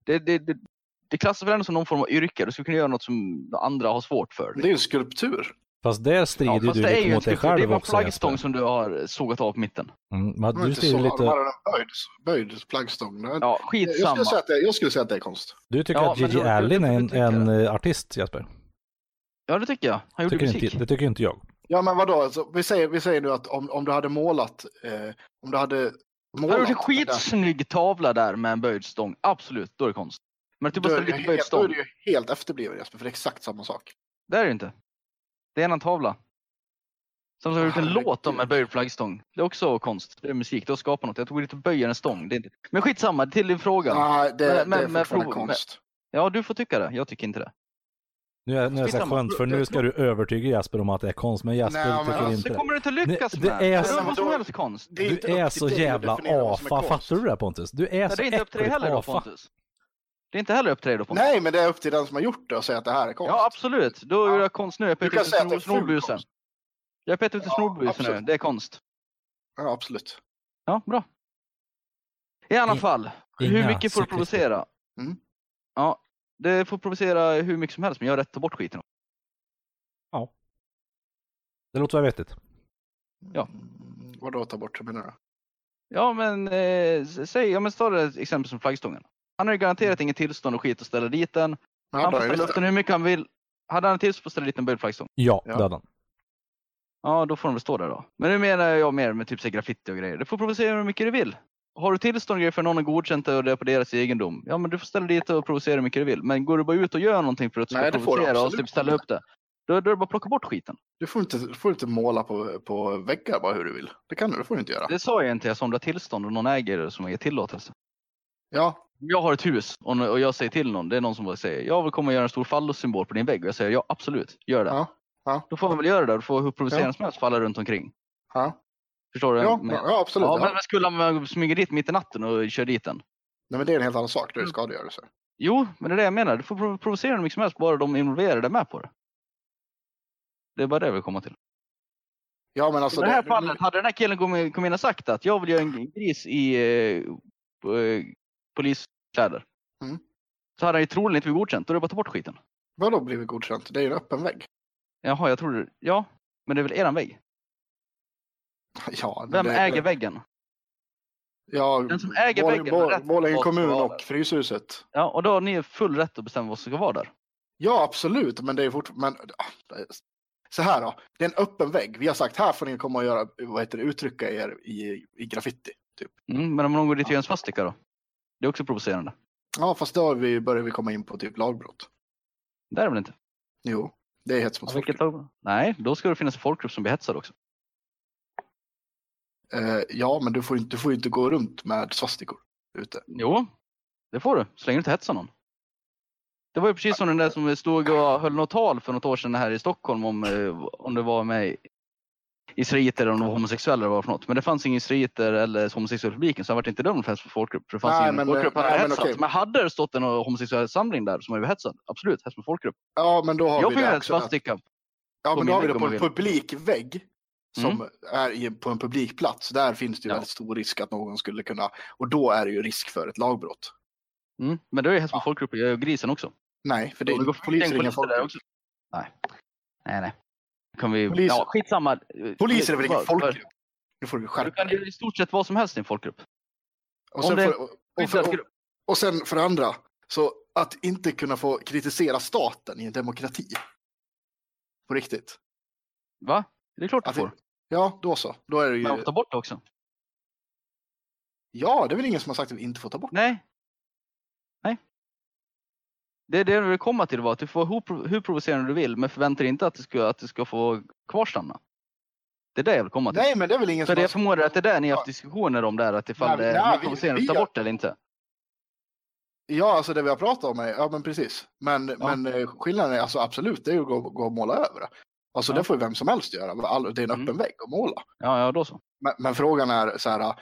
Det klassas väl ändå som någon form av yrke. Du skulle kunna göra något som andra har svårt för. Det är ju skulptur. Fast där strider du lite mot dig själv också. Det är bara en flaggstång som du har sågat av på mitten. Men du strider lite... Böjd flaggstång. Ja, skitsamma. Jag skulle säga att det är konst. Du tycker att Gigi Allen är en artist, Jesper? Ja, det tycker jag. Han gjorde musik. Det tycker inte jag. Ja, men vadå? Alltså, vi säger nu att om du hade målat... Om du hade målat... Har du en skitsnygg tavla där med en böjd stång? Absolut, då är det konst. Men typ bara lite böjd stång. Då är det ju helt efterbliven, Jesper, för det är exakt samma sak. Det är det inte. Det är en annan tavla. Som har gjort en låt om en böjd flaggstång. Det är också konst. Det är musik. Det har skapat något. Jag tog lite böja en stång. Det är inte... Men skitsamma, till din fråga. Det är fortfarande konst. Ja, du får tycka det. Jag tycker inte det. Nu är det så skönt, för nu ska du övertyga Jesper om att det är konst, men Jesper tycker inte det. kommer du inte lyckas med. Det är så, vad som helst konst. Du är så jävla afa, fattar du det, Pontus? Du är så det är inte upp till dig heller då, Pontus. Det är inte heller upp till dig då, Pontus. Nej, men det är upp till den som har gjort det och säga att det här är konst. Ja, absolut. Då är det konst nu. Jag petar ut till snorbusen. Jag petar ut till snorbusen nu. Det är konst. Ja, absolut. Ja, bra. I alla fall, hur mycket får du provocera? Ja, det får provocera hur mycket som helst, men jag har rätt att ta bort skiten. Ja. Det låter väl vettigt. Ja. Vadå ta bort, menar du? Ja, men men ta det ett exempel som flaggstången. Han har ju garanterat inget tillstånd och skit att ställa dit den. Han får ställa upp den hur mycket han vill. Hade han tillstånd att ställa dit en böjd flaggstång? Ja, det hade han. Ja, då får de väl stå där då. Men nu menar jag mer med typ graffiti och grejer. Du får provocera hur mycket du vill. Har du tillstånd för någon har godkänt och det är på deras egendom, ja, men du får ställa dit och provocera hur mycket du vill. Men går du bara ut och gör någonting för att provocera och typ ställa upp det, då är det bara att plocka bort skiten. Du får inte måla på väggar bara hur du vill. Det får du inte göra. Det sa jag inte, som du har tillstånd och någon äger som har gett tillåtelse. Ja. Jag har ett hus och jag säger till någon, det är någon som bara säger, jag vill komma och göra en stor fallossymbol på din vägg. Och jag säger, ja absolut, gör det. Ja. Då får man väl göra det, då får hur provocerande som helst falla runt omkring. Ja. Förstår du? Ja, absolut. Ja, men skulle man smyga dit mitt i natten och köra dit den? Nej, men det är en helt annan sak, det är skadegörelse. Jo, men det är det jag menar. Du får provocera hur mycket som helst, bara de involverade med på det. Det är bara det jag vill komma till. Ja, men alltså... I det här fallet hade den här killen kommit in och sagt att jag vill göra en gris i poliskläder. Så hade han ju troligen inte blivit godkänt. Då är det bara att ta bort skiten. Vadå blivit godkänt? Det är ju en öppen vägg. Jaha, jag tror det. Ja, men det är väl eran vägg? Ja, vem äger väggen? Ja, den som äger väggen. Borlänge kommun och Fryshuset. Ja, och då har ni full rätt att bestämma vad som ska vara där. Ja, absolut. Men det är fortfarande... Så här då. Det är en öppen vägg. Vi har sagt, här får ni komma och göra, uttrycka er i graffiti. Typ. Men om någon går dit och gör en svastika då? Det är också provocerande. Ja, fast då börjar vi komma in på typ lagbrott. Det är det väl inte? Jo, det är hets mot folkgrupp. Nej, då ska det finnas en folkgrupp som blir hetsad också. Ja, men du får inte gå runt med svastikor. ute. Jo, det får du. Så länge du inte hetsar någon. Det var ju precis som den där som stod och höll något tal för något år sedan här i Stockholm om det var med israeliter eller om de var homosexuella eller vad för något. Men det fanns ingen israeliter eller homosexuell publiken, så han var inte dömd för hets för folkgrupp. För det fanns ingen folkgrupp han hade hetsat. Okay. Men hade det stått en homosexuell samling där som var hetsad, absolut, hets med folkgrupp. Ja, men då har jag vi det också. Ja, men då har vi det på en publikvägg som är på en publikplats. Där finns det ju väldigt stor risk att någon skulle kunna, och då är det ju risk för ett lagbrott. Men det är ju hets med folkgrupp i grisen också. Nej, för det är poliser inga folkgrupp. Nej. Kan vi skitsamma. Poliser är väl ingen folkgrupp? Nu får vi skärpa. Du kan ju i stort sett vad som helst i en folkgrupp. Och sen för andra, så att inte kunna få kritisera staten i en demokrati. På riktigt. Va? Det är klart du får. Ja, då så. Då är det ju... Men ta bort det också. Ja, det är väl ingen som har sagt att vi inte får ta bort det. Nej. Det du vill komma till var att du får hur provocerande du vill, men förväntar inte att du ska få kvarstanna. Det är det jag vill komma till. Nej, men det är väl ingen som... För jag förmodar att det är där ni har haft diskussioner om där, att ifall det är provocerande att ta bort det eller inte. Ja, alltså det vi har pratat om är, ja men precis. Men skillnaden är alltså absolut, det är ju att gå och måla över det. Alltså det får ju vem som helst göra. Det är en öppen vägg att måla. Ja, då så. Men frågan är så här,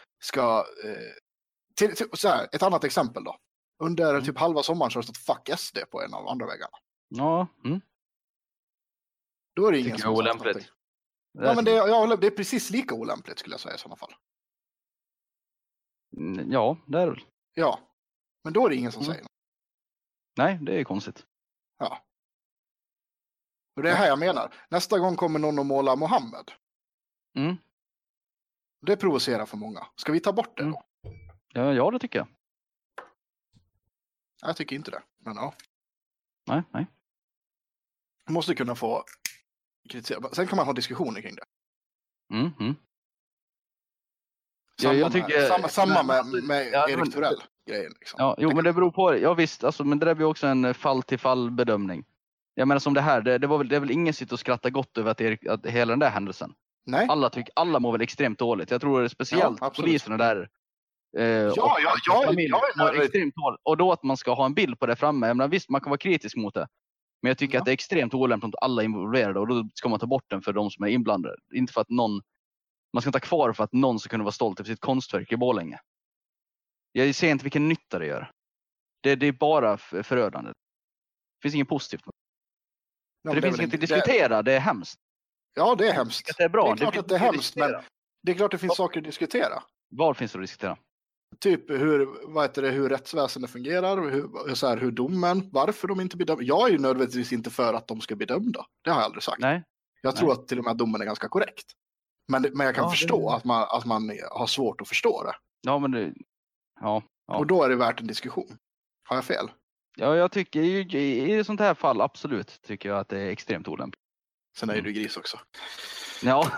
så här, ett annat exempel då. Under typ halva sommaren så har det stått fuck SD på en av andra väggarna. Ja. Då är det ingen som har sagt någonting. Ja, men det är precis lika olämpligt skulle jag säga i sådana fall. Ja, det är det. Ja, men då är det ingen som säger något. Nej, det är konstigt. Ja. Och det är här jag menar. Nästa gång kommer någon att måla Mohammed. Det provocerar för många. Ska vi ta bort det då? Ja, det tycker jag. Jag tycker inte det, men ja. Nej. Man måste kunna få kritisera. Sen kan man ha diskussioner kring det. Samma med Erik Torell grejen. Liksom. Ja, jo, men det beror på det. Ja, visst, alltså, men det där blir också en fall-till-fall bedömning. Jag menar som det här, det är väl ingen sitt och skratta gott över att hela den där händelsen. Nej. Alla mår väl extremt dåligt. Jag tror det är speciellt poliserna där. Extremt dåligt. Och då att man ska ha en bild på det framme. Jag menar, visst, man kan vara kritisk mot det. Men jag tycker att det är extremt olämpligt att alla är involverade. Och då ska man ta bort den för de som är inblandade. Inte för att man ska ta kvar för att någon ska kunna vara stolt över sitt konstverk i Borlänge. Jag ser inte vilken nytta det gör. Det är bara förödande. Det finns inget positivt. För det finns inget att diskutera, det är hemskt. Ja, det är hemskt. Det är bra. Det är klart att det är hemskt, men det är klart det finns saker att diskutera. Vad finns det att diskutera? Typ hur rättsväsendet fungerar, hur domen, varför de inte blir dömda. Jag är ju nödvändigtvis inte för att de ska bli dömda. Det har jag aldrig sagt. Nej. Jag tror att till och med att domen är ganska korrekt. Men jag kan förstå att man har svårt att förstå det. Ja, men det... Ja. Och då är det värt en diskussion. Har jag fel? Ja, jag tycker i sånt här fall absolut tycker jag att det är extremt olämpligt. Sen är du gris också. Ja.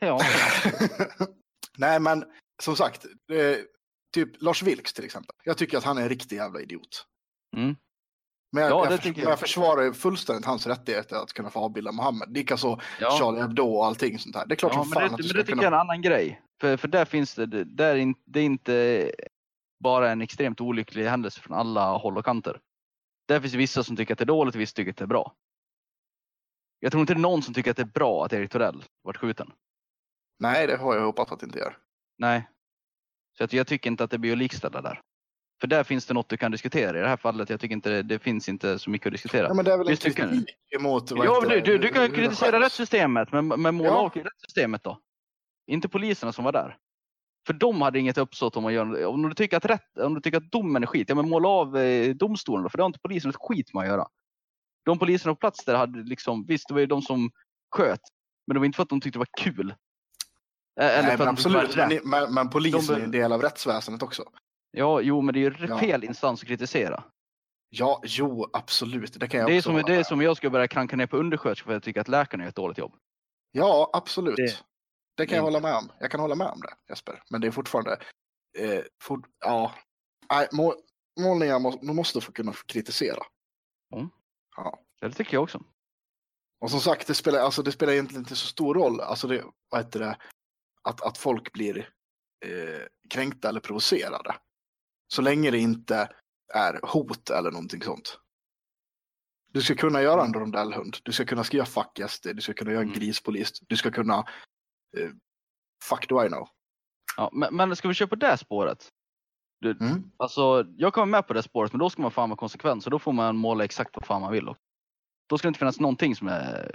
Nej, men som sagt, typ Lars Vilks till exempel. Jag tycker att han är en riktig jävla idiot. Men jag försvarar fullständigt hans rättigheter att kunna få avbilda Mohammed. Likaså Charlie Hebdo och allting sånt här. Det är klart som fan att du ska det tycker jag är en annan grej. För där finns det är inte bara en extremt olycklig händelse från alla håll och kanter. Där finns vissa som tycker att det är dåligt och vissa tycker att det är bra. Jag tror inte det är någon som tycker att det är bra att Erik Torell varit skjuten. Nej, det har jag hoppats att det inte gör. Nej. Så jag tycker inte att det blir att likställa där. För där finns det något du kan diskutera. I det här fallet, jag tycker inte det finns inte så mycket att diskutera. Ja, men det är väl en kritik emot... Du kan kritisera rättssystemet, men måla av rättssystemet då. Inte poliserna som var där. För de hade inget uppsåt om att göra... Om du tycker att domen är skit, men måla av domstolen då. För det har inte polisen ett skit med att göra. De poliserna på plats där hade liksom... Visst, det var ju de som sköt. Men det var inte för att de tyckte det var kul. Eller nej, men absolut. Men polisen är en del av rättsväsendet också. Ja, jo, men det är ju fel instans att kritisera. Ja, jo, absolut. Det kan jag också det är som jag ska börja kranka ner på undersköterskor för att jag tycker att läkarna gör ett dåligt jobb. Ja, absolut. Det kan jag hålla med om. Jag kan hålla med om det, Jesper. Men det är fortfarande... målningar måste få kunna kritisera. Ja, det tycker jag också. Och som sagt, det spelar egentligen inte så stor roll. Alltså att folk blir kränkta eller provocerade. Så länge det inte är hot eller någonting sånt. Du ska kunna göra en rondellhund. Du ska kunna skriva fuck SD. Du ska kunna göra en grispolis. Du ska kunna fuck do I know. Ja, men ska vi köra på det spåret? Alltså, jag kommer med på det spåret, men då ska man fan vara konsekvent. Så då får man måla exakt vad fan man vill. Då ska det inte finnas någonting som är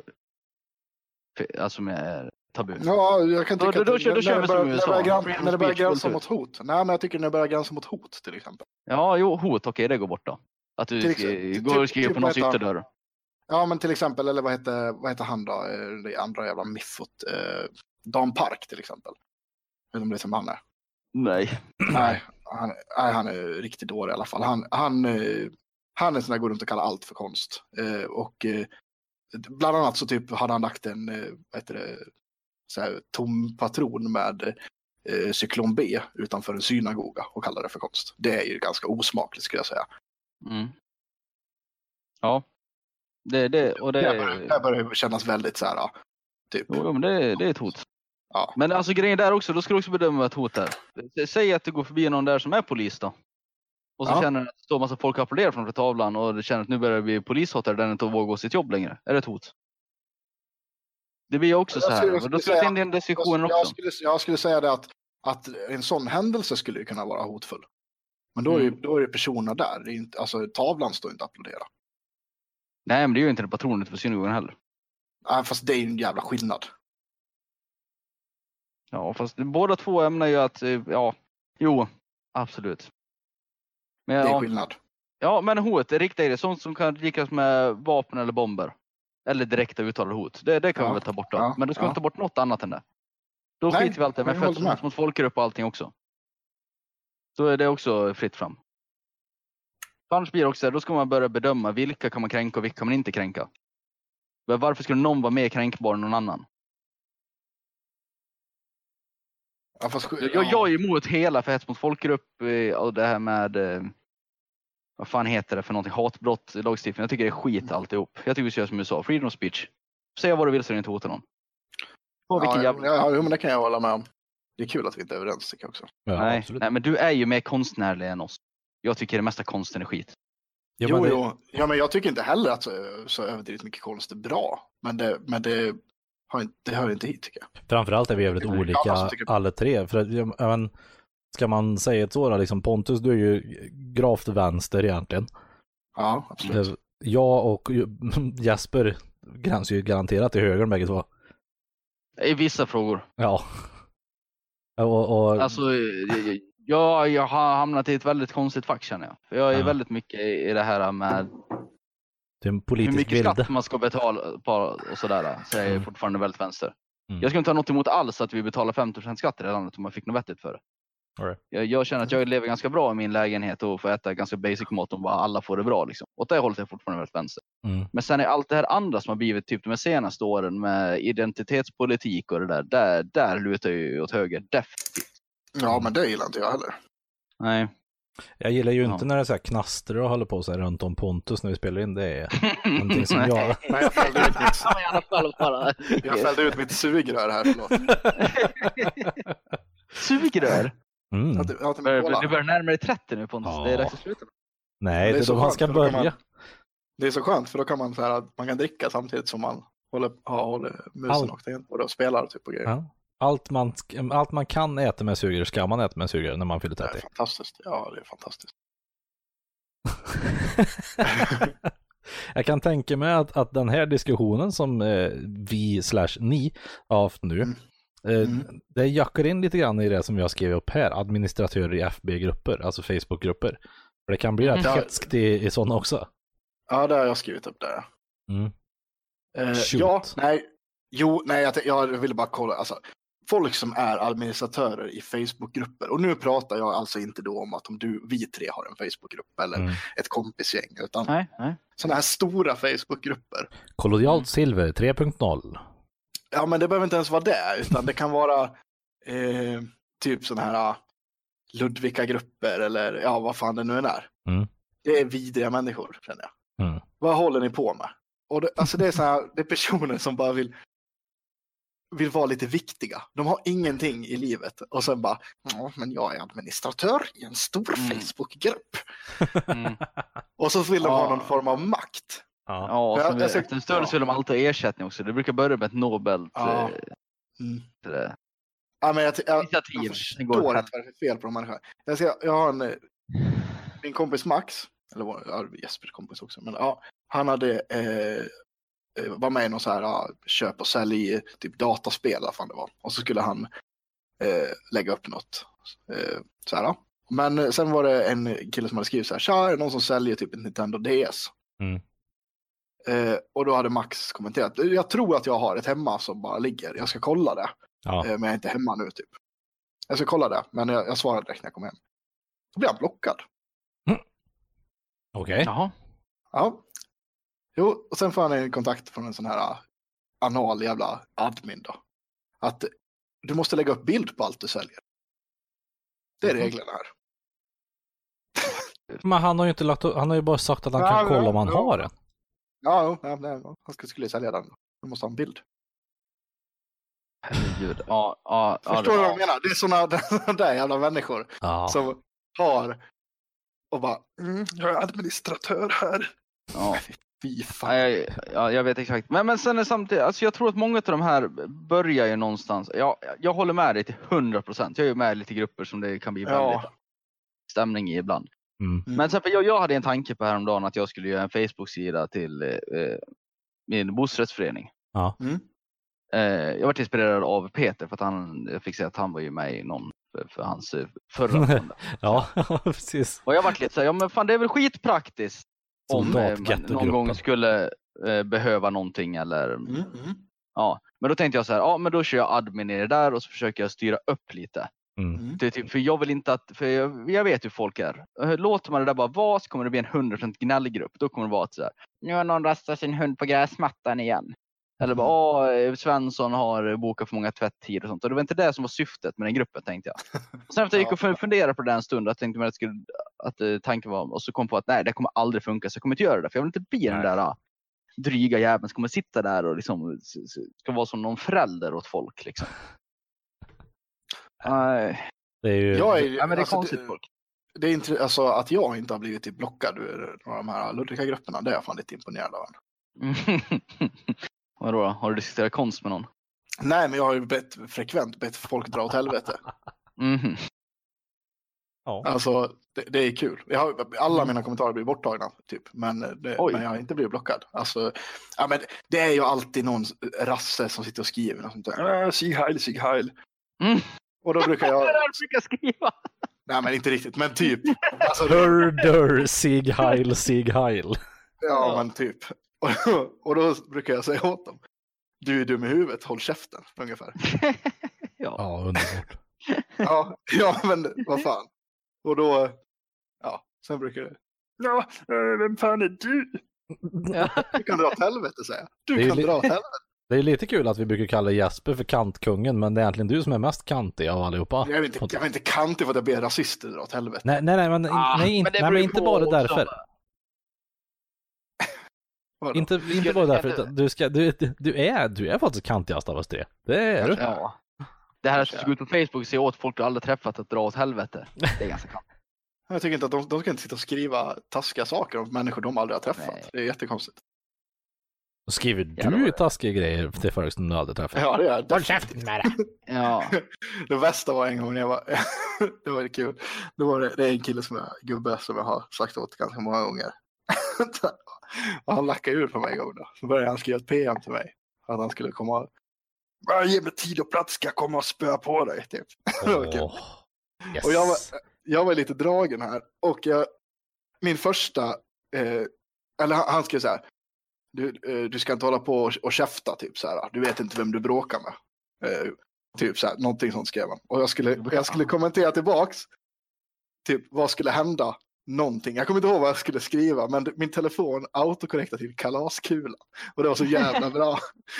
tabu. Ja, jag kan tycka då kör vi som USA. När det börjar gränsa mot hot. Nej, men jag tycker när det börjar gränsa mot hot till exempel. Ja, hot, okej, det går bort då. Att du går och skriver på någons ytterdörr. Ja, men till exempel, eller vad heter han då? Det andra jävla miffot. Dan Park till exempel. Vet du om det är som han är? Nej. Han är riktigt dålig i alla fall. Han är sån där går runt och kallar allt för konst. Och bland annat så typ hade han lagt en så här, tom patron med cyklon B utanför en synagoga och kallade det för konst. Det är ju ganska osmakligt skulle jag säga. Ja. Det börjar kännas väldigt så här typ. Jo, men det är ett hot. Ja. Men alltså grejen där också, då ska du också bedöma ett hot här. Säg att du går förbi någon där som är polis då. Och så känner du att det står massa folk applåderar framför tavlan och du känner att nu börjar det bli polishot där inte vågar gå sitt jobb längre. Är det ett hot? Det blir ju också så här. Då ska du in i den diskussionen också. Jag skulle säga det att en sån händelse skulle kunna vara hotfull. Men då är det personerna där. Det är inte, alltså tavlan står inte att applådera. Nej, men det är ju inte det patronet för synagogan heller. Nej, fast det är ju en jävla skillnad. Ja, fast båda två ämnar ju att, absolut. Men, det är skillnad. Ja, men hot är riktigt det. Sånt som kan liknas med vapen eller bomber. Eller direkta uttalade hot. Det kan vi väl ta bort då. Men då ska vi ta bort något annat än det. Då skiter vi allt det med följt mot folkgrupp och allting också. Då är det också fritt fram. Annars blir det också, då ska man börja bedöma vilka kan man kränka och vilka kan man inte kränka. Varför skulle någon vara mer kränkbar än någon annan? Ja, jag är emot hela för hets mot folkgrupp och det här med vad fan heter det för någonting, hatbrott lagstiftning. Jag tycker det är skit alltihop. Jag tycker vi ska göra som USA, freedom of speech. Säga vad du vill så du inte hotar någon. Men det kan jag hålla med om. Det är kul att vi inte är överens tycker jag också. Ja, nej, men du är ju mer konstnärlig än oss. Jag tycker det mesta konsten är skit. Ja, men jag tycker inte heller att så överdrivet mycket konst är bra. Men det hör inte hit tycker jag. Framförallt är vi jävligt olika alla tre. För att, ska man säga ett sådant liksom, Pontus, du är ju gravt vänster egentligen. Ja, absolut. Jag och Jesper gränsar ju garanterat till höger bägge två. I vissa frågor. Ja. Alltså, jag har hamnat i ett väldigt konstigt fack känner jag. För jag är väldigt mycket i det här med hur mycket skatt man ska betala på och sådär. Så jag är fortfarande väldigt vänster. Jag skulle inte ha något emot alls att vi betalar 50% skatt i det landet om man fick något vettigt för det. Jag känner att jag lever ganska bra i min lägenhet och får äta ganska basic mat om bara alla får det bra liksom. Åt det hållet är jag fortfarande väldigt vänster. Men sen är allt det här andra som har blivit typ de senaste åren med identitetspolitik och det där lutar ju åt höger definitivt. Ja, men det gillar inte jag heller. Nej. Jag gillar ju inte när det är så här knaster och håller på så här runt om Pontus när vi spelar in. Det är någonting som jag... Nej, jag fällde ut mitt sugrör här, förlåt. Sugrör? Du börjar närmare 30 nu Pontus. Ja. Det är dags att sluta. Nej, det är då man ska börja. Det är så skönt för då kan man så här att man kan dricka samtidigt som man håller musen och tangentbordet och spelar typ och grejer. Ja. Allt man kan äta med sugrör ska man äta med sugrör när man fyller 30. Det är fantastiskt. Ja, det är fantastiskt. Jag kan tänka mig att den här diskussionen som vi/ni har haft nu det jackar in lite grann i det som jag skrev upp här. Administratörer i FB-grupper, alltså Facebook-grupper. För det kan bli rätt hetskt i sådana också. Ja, det har jag skrivit upp där. Jag ville bara kolla. Alltså, folk som är administratörer i Facebook-grupper. Och nu pratar jag alltså inte då om att vi tre har en Facebook-grupp eller ett kompisgäng. Utan sådana här stora Facebook-grupper. Kolonialt Silver 3.0. Ja, men det behöver inte ens vara det. Utan det kan vara typ sådana här Ludvika-grupper eller ja, vad fan det nu är. Det är vidriga människor, känner jag. Vad håller ni på med? Och det är så här, det är personer som bara vill vill vara lite viktiga. De har ingenting i livet. Och sen bara, men jag är administratör i en stor Facebookgrupp. Och så vill de ha någon form av makt. Ja, efter en stund så vill de alltid ha ersättning också. Det brukar börja med ett Nobel. Ja, men jag förstår att det är fel på de människorna. Jag har min kompis Max, eller Jespers kompis också, men han hade var med i någon så här köp och sälj typ dataspel, fan det var. Och så skulle han lägga upp något så här. Men sen var det en kille som hade skrivit så här: tja, är det någon som säljer typ en Nintendo DS? Och då hade Max kommenterat: jag tror att jag har ett hemma som bara ligger, jag ska kolla det. Men jag är inte hemma nu typ. Jag ska kolla det, men jag svarade direkt när jag kom hem. Då blev han blockad. Okej. Jaha. Ja. Jo, och sen får han en kontakt från en sån här anal jävla admin då. Att du måste lägga upp bild på allt du säljer. Det är reglerna här. Men han har ju inte han har ju bara sagt att han kan kolla om han har den. Ja, han skulle sälja den. Du måste ha en bild. Herregud. Förstår du vad jag menar? Det är såna där jävla människor som har och bara, jag är administratör här. Ja. Fy fan. Jag vet exakt. Men sen är samtidigt, alltså jag tror att många av de här börjar ju någonstans. Jag håller med dig till 100%. Jag är ju med i lite grupper som det kan bli väldigt stämning i ibland. Men till exempel, jag hade en tanke på häromdagen att jag skulle göra en Facebook-sida till min bostadsrättsförening. Ja. Jag var inspirerad av Peter för att jag fick säga att han var ju med i någon för hans förra Ja, precis. Och jag var lite så här, men fan det är väl skitpraktiskt om man någon gång skulle behöva någonting eller men då tänkte jag så här, men då kör jag admin i det där och så försöker jag styra upp lite. Det är typ, för jag vill inte att, för jag vet hur folk är. Låter man det där bara vara så kommer det bli en 100% gnällgrupp. Då kommer det vara så här: nu har någon rastat sin hund på gräsmattan igen. Eller bara, Svensson har bokat för många tvätttider och sånt. Och det var inte det som var syftet med den gruppen, tänkte jag. Sen efter jag gick och funderade på det en stund, jag tänkte att tanken var, och så kom på att nej, det kommer aldrig funka, så jag kommer inte göra det. För jag vill inte bli den där dryga jäveln som kommer sitta där och liksom ska vara som någon förälder åt folk liksom. Det är ju... men det är konstigt folk. Det är inte, alltså att jag inte har blivit typ blockad ur de här luddiga grupperna, det är jag fan lite imponerad av. Vadå? Har du diskuterat konst med någon? Nej, men jag har ju frekvent bett folk dra åt helvete. Ja. Alltså, det är kul. Alla mina kommentarer blir borttagna, typ. Men jag har inte blivit blockad. Alltså, men det är ju alltid någon rasse som sitter och skriver och sånt där. Sig heil. Och då brukar jag... brukar skriva. Nej, men inte riktigt. Men typ. Alltså, Dörr, sig heil. Ja, men typ. Och då brukar jag säga åt dem: du är dum i huvudet, håll käften, ungefär. Ja, underbart. ja, men vad fan. Och då, sen brukar det: vem fan är du? Du kan dra åt helvete, säger jag. Dra åt helvete. Det är lite kul att vi brukar kalla Jesper för kantkungen, men det är egentligen du som är mest kantig av allihopa. Jag är inte kantig för att jag ber rasister dra åt helvete. Nej, men inte bara därför. Inte bara därför, utan du är faktiskt kantigast av oss tre. Det är du. Ja. Det här ska gå ut på Facebook och se åt folk du aldrig träffat att dra åt helvete. Det är ganska kantigt. Jag tycker inte att de ska inte sitta och skriva taskiga saker om människor de aldrig har träffat. Nej. Det är jättekonstigt. Och skriver du taskiga grejer till folk som du aldrig träffat? Ja, det är det. Håll käften med det! Ja. Det bästa var en gång när jag var... det var kul. Det är en kille som är gubbe som jag har sagt åt ganska många gånger. Och han lackade ur på mig en gång då. Så började han skriva ett PM till mig. Att han skulle komma... Ge mig tid och plats, ska jag komma och spöa på dig. Typ. Yes. Och jag var lite dragen här. Och min första... eller han skrev så här: du ska inte hålla på och käfta, typ så här. Du vet inte vem du bråkar med. Typ så här, någonting sånt skrev han. Och jag skulle kommentera tillbaks. Typ, vad skulle hända? Någonting. Jag kommer inte ihåg vad jag skulle skriva, men min telefon autokorrektade till kalaskulan. Och det var så jävla bra.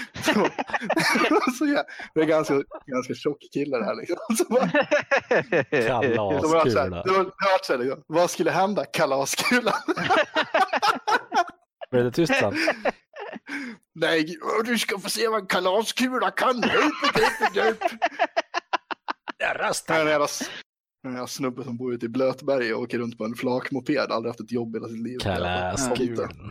Det är ganska tjock kille det här liksom. Kalaskula. Liksom, vad skulle hända? Kalaskulan. Blev det tyst sen? Nej, du ska få se vad en kalaskula kan. Den här snubben som bor ute i Blötberg och åker runt på en flakmoped. Aldrig haft ett jobb hela sitt liv. Kalaskulan.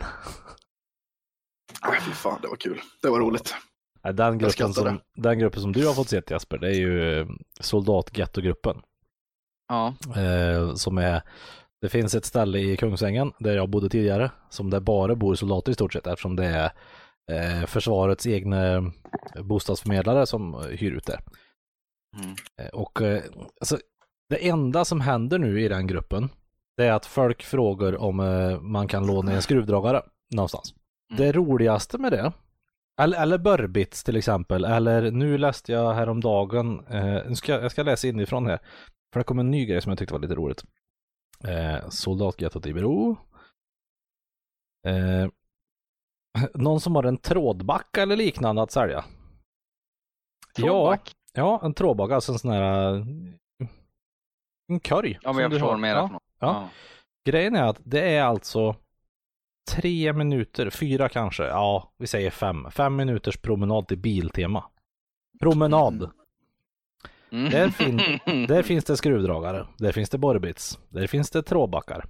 Fy fan, det var kul. Det var roligt. Den gruppen som du har fått se, Jasper, det är ju soldatgettogruppen. Ja. Det finns ett ställe i Kungsängen där jag bodde tidigare som där bara bor soldater i stort sett, eftersom det är försvarets egna bostadsförmedlare som hyr ut det. Och alltså, det enda som händer nu i den gruppen, det är att folk frågar om man kan låna en skruvdragare någonstans. Det roligaste med det, eller Burbits till exempel, eller nu läste jag häromdagen, jag ska läsa inifrån här, för det kom en ny grej som jag tyckte var lite roligt. Soldatgettot i Bro. Någon som har en trådback eller liknande att sälja. Trådback? Ja, en trådback, alltså en sån här en korg. Ja, men jag förstår mer för något. Ja. Grejen är att det är alltså 3 minuter, 4 kanske, ja, vi säger 5 minuters promenad till Biltema. Promenad. Där finns det skruvdragare, där finns det Burbits, där finns det trådbackar.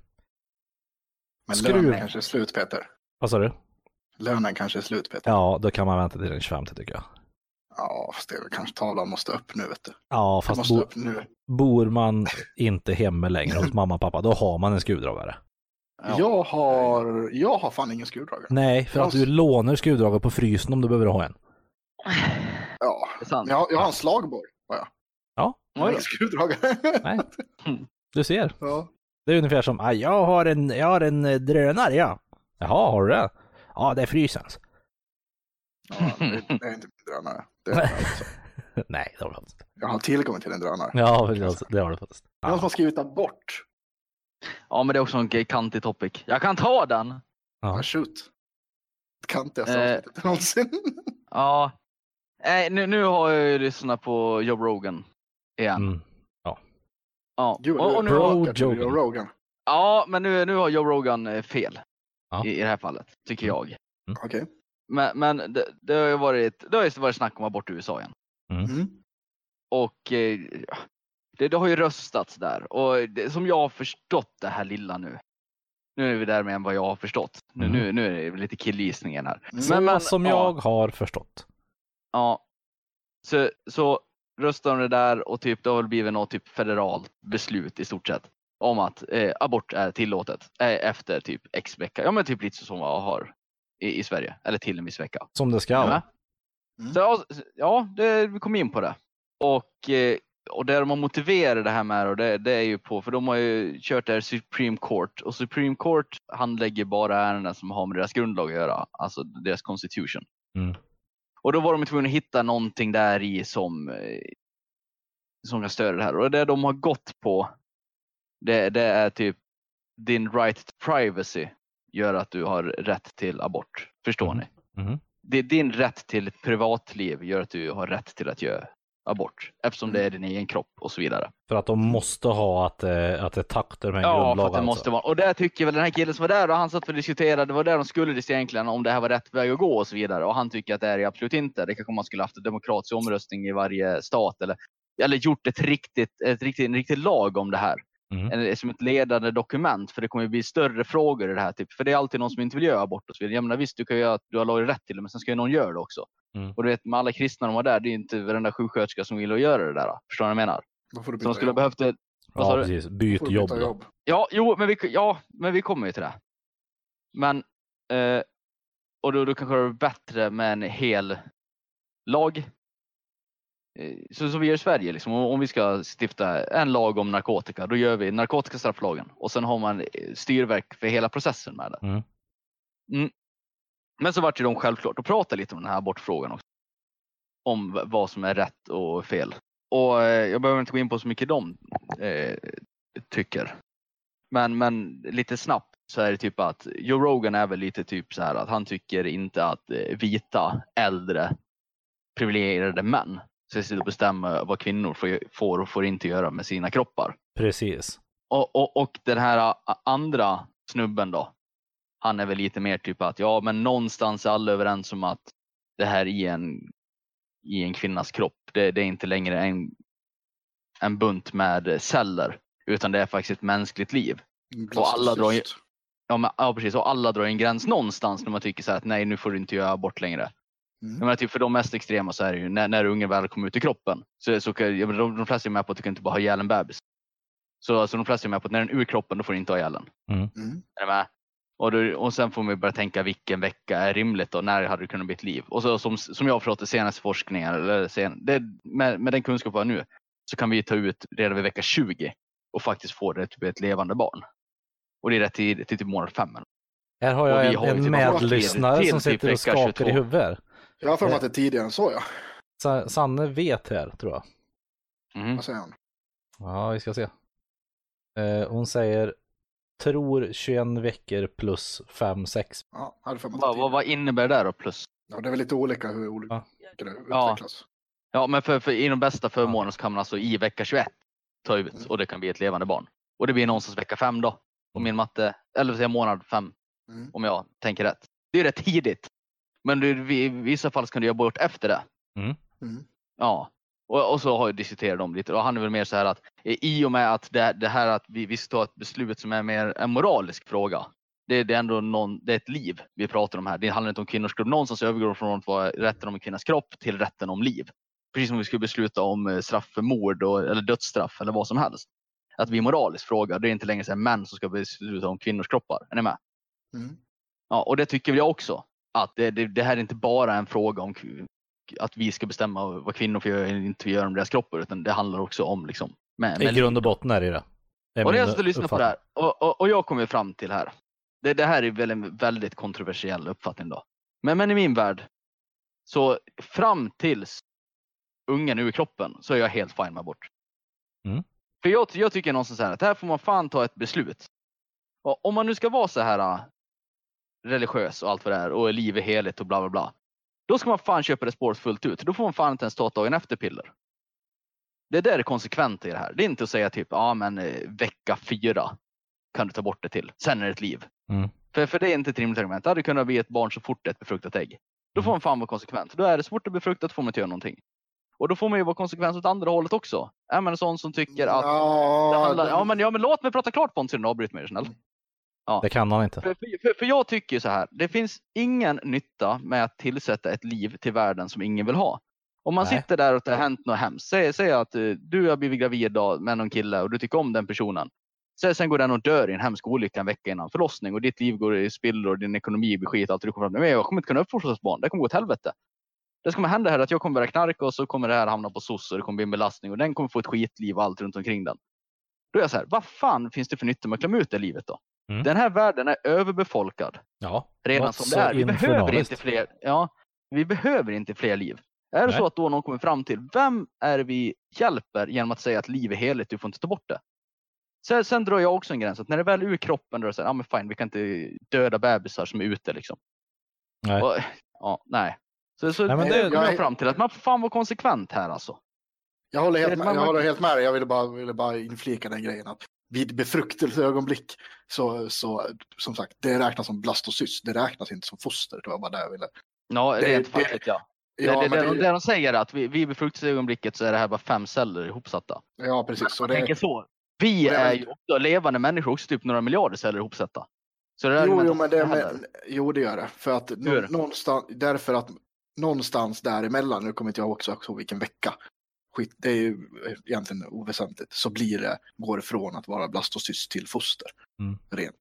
Men lönen kanske är slut, Peter. Vad sa du? Lönen kanske är slut, Peter. Ja, då kan man vänta till den 25 tycker jag. Ja, fast det är kanske tavlan måste upp nu, vet du. Ja, fast bor man inte hemma längre hos mamma och pappa, då har man en skruvdragare. Ja. Jag har fan ingen skruvdragare. Nej, för att du lånar skruvdragare på frysen om du behöver ha en. Ja, jag har en slagborg. Ja. Jag har ingen skruvdragare. Nej, du ser. Ja. Det är ungefär som, jag har en drönare, ja. Jaha, har du det? Ja, det är frysens. Ja, det är inte min drönare. Det är Nej, det har du faktiskt. Jag har tillgång till en drönare. Ja, det har du faktiskt. Det är någon som har skrivit abort. Ja, men det är också en kantig topic. Jag kan ta den. Ja, shoot. Kantigaste avsnittet någonsin. Ja. Nu har jag ju lyssnat på Joe Rogan igen. Ja. Och nu har Joe Rogan. Ja, men nu har Joe Rogan fel i det här fallet, tycker jag. Okej. Men det har ju varit snack om abort i USA igen. Och det har ju röstats där. Och som jag har förstått det här lilla nu. Nu är vi där med än vad jag har förstått. Nu är det lite killgissningen här. Men som jag har förstått. Ja. Så röstar de det där och typ det har blivit något typ federalt beslut i stort sett. Om att abort är tillåtet efter typ x vecka. Ja, men typ lite som jag har i Sverige. Eller till en viss vecka. Som det ska. Så, vi kom in på det. Och där man motiverar det här med och det är ju på, för de har ju kört det här Supreme Court. Och Supreme Court handlägger bara ärenden som har med deras grundlag att göra. Alltså deras constitution. Och då var de tvungna att hitta någonting där i som kan stödja det här. Och det de har gått på, det är typ din right to privacy gör att du har rätt till abort. Förstår ni? Det är din rätt till ett privatliv gör att du har rätt till att göra abort. Eftersom det är din egen kropp och så vidare. För att de måste ha att det takter med grundlag. Ja, för att det måste vara. Och där tycker väl den här killen som var där och han satt för att diskutera, det var där de skulle diskutera egentligen om det här var rätt väg att gå och så vidare. Och han tycker att det är absolut inte. Det kanske man skulle haft en demokratisk omröstning i varje stat eller gjort en riktig lag om det här. Som ett ledande dokument, för det kommer bli större frågor i det här typ. För det är alltid någon som inte vill göra abort och så vidare. Jag menar, visst, du har laglig rätt till det, men sen ska ju någon göra det också. Och du vet, med alla kristna de var där, det är inte varenda sjuksköterska som vill göra det där. Förstår du vad jag menar? Så de skulle ha behövt det. Ja, precis. Byt jobb. Ja, men vi kommer ju till det. Men och då kanske det är bättre med en hel lag. Så vi gör i Sverige liksom, om vi ska stifta en lag om narkotika, då gör vi narkotikastrafflagen och sen har man styrverk för hela processen med det. Men så vart ju de självklart och prata lite om den här abortfrågan också. Om vad som är rätt och fel. Och jag behöver inte gå in på så mycket de tycker. Men lite snabbt så är det typ att Joe Rogan är väl lite typ så här att han tycker inte att vita, äldre, privilegierade män ska se att bestämma vad kvinnor får och får inte göra med sina kroppar. Precis. Och den här andra snubben då, Han är väl lite mer typ att ja, men någonstans är alla överens om att det här i en kvinnas kropp, det är inte längre en bunt med celler, utan det är faktiskt ett mänskligt liv. Och alla drar precis, och alla drar en gräns någonstans när man tycker så här att nej, nu får du inte göra abort längre. Men typ för de mest extrema så är det ju när ungen väl kommer ut i kroppen, så de flesta är med på att du kan inte bara ha ihjäl en bebis. Så de flesta är med på att när den är ur kroppen, då får du inte ha ihjäl den. Är det med? Och sen får man börja tänka vilken vecka är rimligt då, när hade det kunnat bli ett liv. Och så som jag har förstått det senaste forskningen, med den kunskap vi har nu, så kan vi ta ut redan vid vecka 20 och faktiskt få det till ett levande barn. Och det är rätt till typ månad 5. Här har jag en medlyssnare som sitter och skakar 22. I huvudet. Jag har för mig att det är tidigare än så, ja. Sanne vet här, tror jag. Vad säger hon? Ja, vi ska se. Hon säger tror 21 veckor plus 5-6. Ja, hade för mig vad innebär det då plus? Ja, det är väl lite olika hur olika det utvecklas. Ja, men för i de bästa förmånerna så kan man alltså i vecka 21 ta ut och det kan bli ett levande barn. Och det blir någonstans vecka 5 då. Om min matte, eller säga månad 5. Om jag tänker rätt. Det är rätt tidigt. Men i vissa fall kan du göra bort efter det. Ja. Och så har jag diskuterat dem lite. Och han är väl mer så här att i och med att det här att vi ska ta ett beslut som är mer en moralisk fråga. Det är ändå det är ett liv vi pratar om här. Det handlar inte om kvinnors kropp. Någonstans övergår från att vara rätten om en kvinnas kropp till rätten om liv. Precis som vi skulle besluta om straff för mord eller dödsstraff eller vad som helst. Att vi är moralisk fråga. Det är inte längre så här män som ska besluta om kvinnors kroppar. Är ni med? Ja, och det tycker vi också. Att det här är inte bara en fråga om att vi ska bestämma vad kvinnor får göra eller inte göra med deras kroppar, utan det handlar också om liksom i grund och botten är det. Och när jag ska lyssna på det här och jag kommer fram till här. Det här är väl en väldigt kontroversiell uppfattning då. Men i min värld så fram tills ungen ur kroppen så är jag helt fine med abort. För jag tycker någonstans så här att här får man fan ta ett beslut. Och om man nu ska vara så här religiös och allt vad det är och liv är heligt och bla bla bla. Då ska man fan köpa det spåret fullt ut. Då får man fan inte ens ta dagen efter piller. Det där är konsekvent i det här. Det är inte att säga typ, vecka 4 kan du ta bort det till. Sen är det ett liv. För det är inte ett rimligt argument. Det hade kunnat bli ett barn så fort det är ett befruktat ägg. Då får man fan vara konsekvent. Då är det så fort det är befruktat får man inte göra någonting. Och då får man ju vara konsekvent åt andra hållet också. Är man en sån som tycker att det handlar... men låt mig prata klart på en så avbryt mig snäll. Ja. Det kan man inte. För jag tycker så här. Det finns ingen nytta med att tillsätta ett liv till världen som ingen vill ha. Om man sitter där och det har hänt något hemskt. Säg att du har blivit gravid då med någon kille och du tycker om den personen. Sen går den och dör i en hemsk olycka en vecka innan förlossning. Och ditt liv går i spillror och din ekonomi blir skit. Allt du kommer fram till. Men jag kommer inte kunna uppfostra ett barn. Det kommer gå åt helvete. Det ska hända här att jag kommer börja knarka och så kommer det här hamna på SOS och det kommer bli en belastning. Och den kommer få ett skitliv och allt runt omkring den. Då är jag så här. Vad fan finns det för nytta med att klämma ut det livet då? Den här världen är överbefolkad. Ja, redan som det är. Vi behöver inte fler. Ja, vi behöver inte fler liv. Är det så att då någon kommer fram till vem är vi hjälper genom att säga att liv är heligt, du får inte ta bort det. Sen drar jag också en gräns att när det väl är ur kroppen då är det så här, men fine, vi kan inte döda bebisar som är ute liksom. Nej. Och, nej. Så nej, men det kommer jag fram till att man får fan vara konsekvent här alltså. Jag håller helt med dig. Jag ville bara inflika den grejen att vid befruktelseögonblick så som sagt, det räknas som blastocyst. Det räknas inte som foster. Det var bara det jag ville. Ja, rent faktiskt, ja. Det de säger att vid befruktelseögonblicket så är det här bara 5 celler ihopsatta. Ja, precis. Så det tänker så. Vi är ju också levande människor, också typ några miljarder celler ihopsatta. Så det det gör det. För att någonstans däremellan, nu kommer inte jag också ihåg vilken vecka. Det är ju egentligen oväsentligt. Så går det från att vara blastocyst till foster. Rent.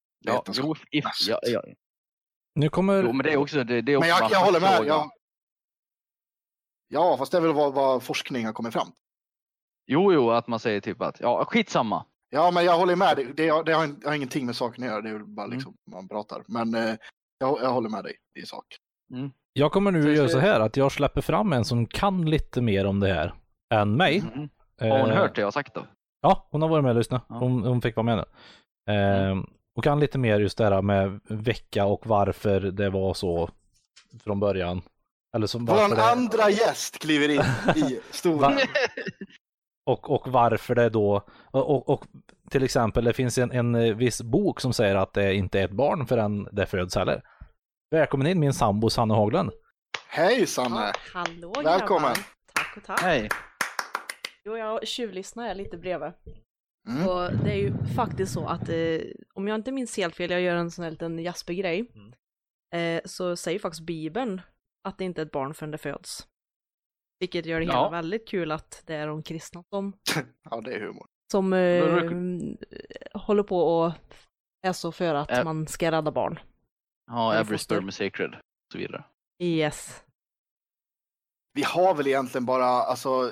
Nu kommer... Jo, men det är också... Det är också men jag håller med. Ja, fast det är väl vad forskningen kommer fram. Jo, att man säger typ att, skitsamma. Ja, men jag håller med dig. Det har ingenting med saken att göra. Det är bara liksom man pratar. Men jag håller med dig i sak. Jag kommer nu göra så här att jag släpper fram en som kan lite mer om det här än mig. Har hon hört det jag har sagt då? Ja, hon har varit med och lyssnat. Hon fick vara med nu. Och kan lite mer just det här med vecka och varför det var så från början. Eller som vår andra gäst kliver in i stolen. Och varför det då och till exempel, det finns en viss bok som säger att det inte är ett barn förrän det föds heller. Välkommen in min sambo Sanne Haglund. Hej Sanne! Hallå, välkommen! Grabbar. Tack och tack. Hej. Jo, jag tjuvlyssnar här lite bredvid. Och det är ju faktiskt så att om jag inte minns helt fel, jag gör en sån här liten Jasper-grej, så säger faktiskt Bibeln att det inte är ett barn förrän det föds. Vilket gör det hela väldigt kul att det är de kristna som ja, det är humor. Som håller på och är så för att man ska rädda barn. Ja, every sperm is sacred och så vidare. Yes. Vi har väl egentligen bara alltså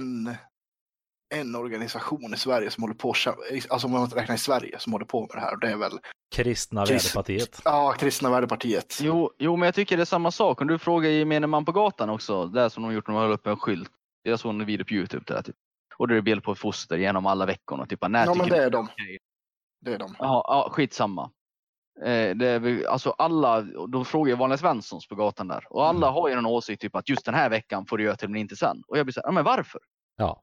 en organisation i Sverige som håller på, alltså om man inte räknar i Sverige, som håller på med det här, och det är väl Kristna Värdepartiet. Ja, Kristna Värdepartiet. Jo, men jag tycker det är samma sak. Om du frågar gemene man på gatan också, det är som de har gjort när de höll upp en skylt. Jag såg en video på YouTube där typ. Och det är bild på ett foster genom alla veckorna och typ när ja, men det är de. Det är de. Ja, skitsamma. Det är, alltså alla, de frågar ju vanliga Svenssons på gatan där. Och alla har ju en åsikt typ att just den här veckan får du göra till men inte sen. Och jag blir så här, men varför? Ja.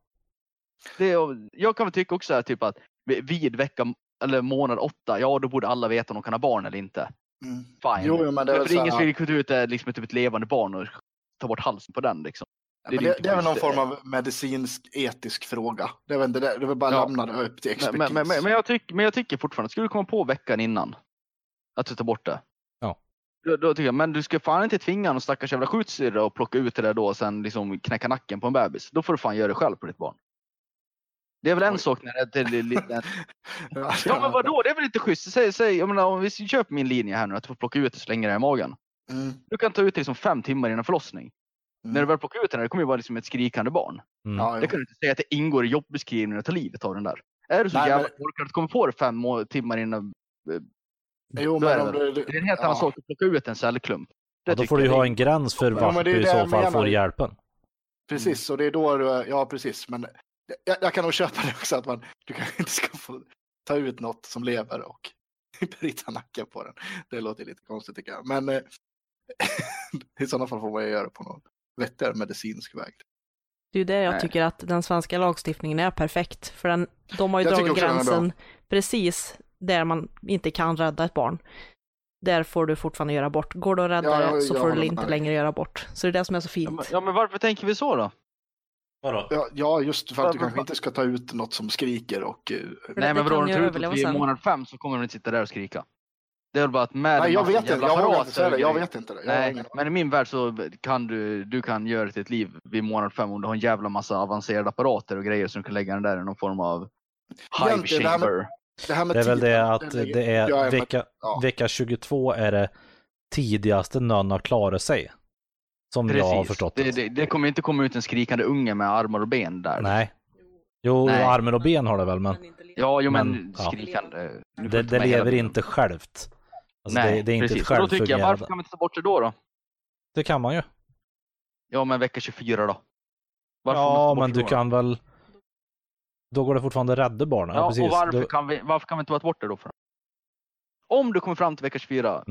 Jag kan väl tycka också här, typ att vid vecka eller månad 8, ja då borde alla veta om de kan ha barn eller inte. Fine. Jo, men det är för ingen skulle kunna ut liksom typ ett levande barn och ta bort halsen på den liksom. Det är väl någon form av medicinsk etisk fråga. Det är väl bara lämna det upp till expertis. Men jag tycker fortfarande, skulle du komma på veckan innan att du tar bort det? Ja. Då tycker jag, men du ska fan inte tvinga någon stackars jävla skjutsyrra och plocka ut det där då och sen liksom knäcka nacken på en bebis. Då får du fan göra det själv på ditt barn. Det är väl en sak när det är lite... Ja, men vadå? Det är väl inte schysst. Säg, jag menar, om vi köper min linje här nu, att du får plocka ut det så länge det är i magen. Du kan ta ut det liksom 5 timmar innan förlossning. När du väl plockar ut den, det kommer ju vara liksom ett skrikande barn. Det kan du inte säga att det ingår i jobbeskrivningen att ta livet av den där. Är du så jävla orkar att komma på det 5 timmar innan... Jo, men det är en helt annan sak att plocka ut en cellklump. Ja, då får du ju ha en gräns för varför du i så fall får hjälpen. Precis, och det är då ja precis, men jag kan nog köpa det också att du kanske inte ska få ta ut något som lever och bryta nacken på den. Det låter lite konstigt tycker jag, men i sådana fall får man göra på någon vettigare medicinsk väg. Det är ju det jag tycker att den svenska lagstiftningen är perfekt, för de har ju dragit gränsen precis där man inte kan rädda ett barn. Där får du fortfarande göra bort. Går du att rädda det så får du inte längre göra bort. Så det är det som är så fint. Ja, men varför tänker vi så då? Vadå? Ja, just för att du kanske inte ska ta ut något som skriker och... Nej, men vadå, tror du att vi i månad 5 så kommer de inte sitta där och skrika? Det är väl bara att med... Nej, jag vet inte det. Nej, men i min värld så kan du kan göra det till ett liv vid månad 5 om du har en jävla massa avancerade apparater och grejer som du kan lägga den där i någon form av hive chamber. Det är väl det att det är vecka 22 är det tidigaste någon har klarat sig. Som precis. Jag har förstått det kommer inte komma ut en skrikande unge med armar och ben där. Nej. Jo, armar och ben har det väl, men... Ja, men skrikande... Det lever inte självt. Alltså, nej, det är inte ett självfungerande. Då tycker jag, varför kan man inte ta bort det då? Det kan man ju. Ja, men vecka 24 då? Varför men du kan väl... Då går det fortfarande att rädda barnen. Ja, precis. Och varför kan vi inte ta bort det då? Om du kommer fram till vecka 24,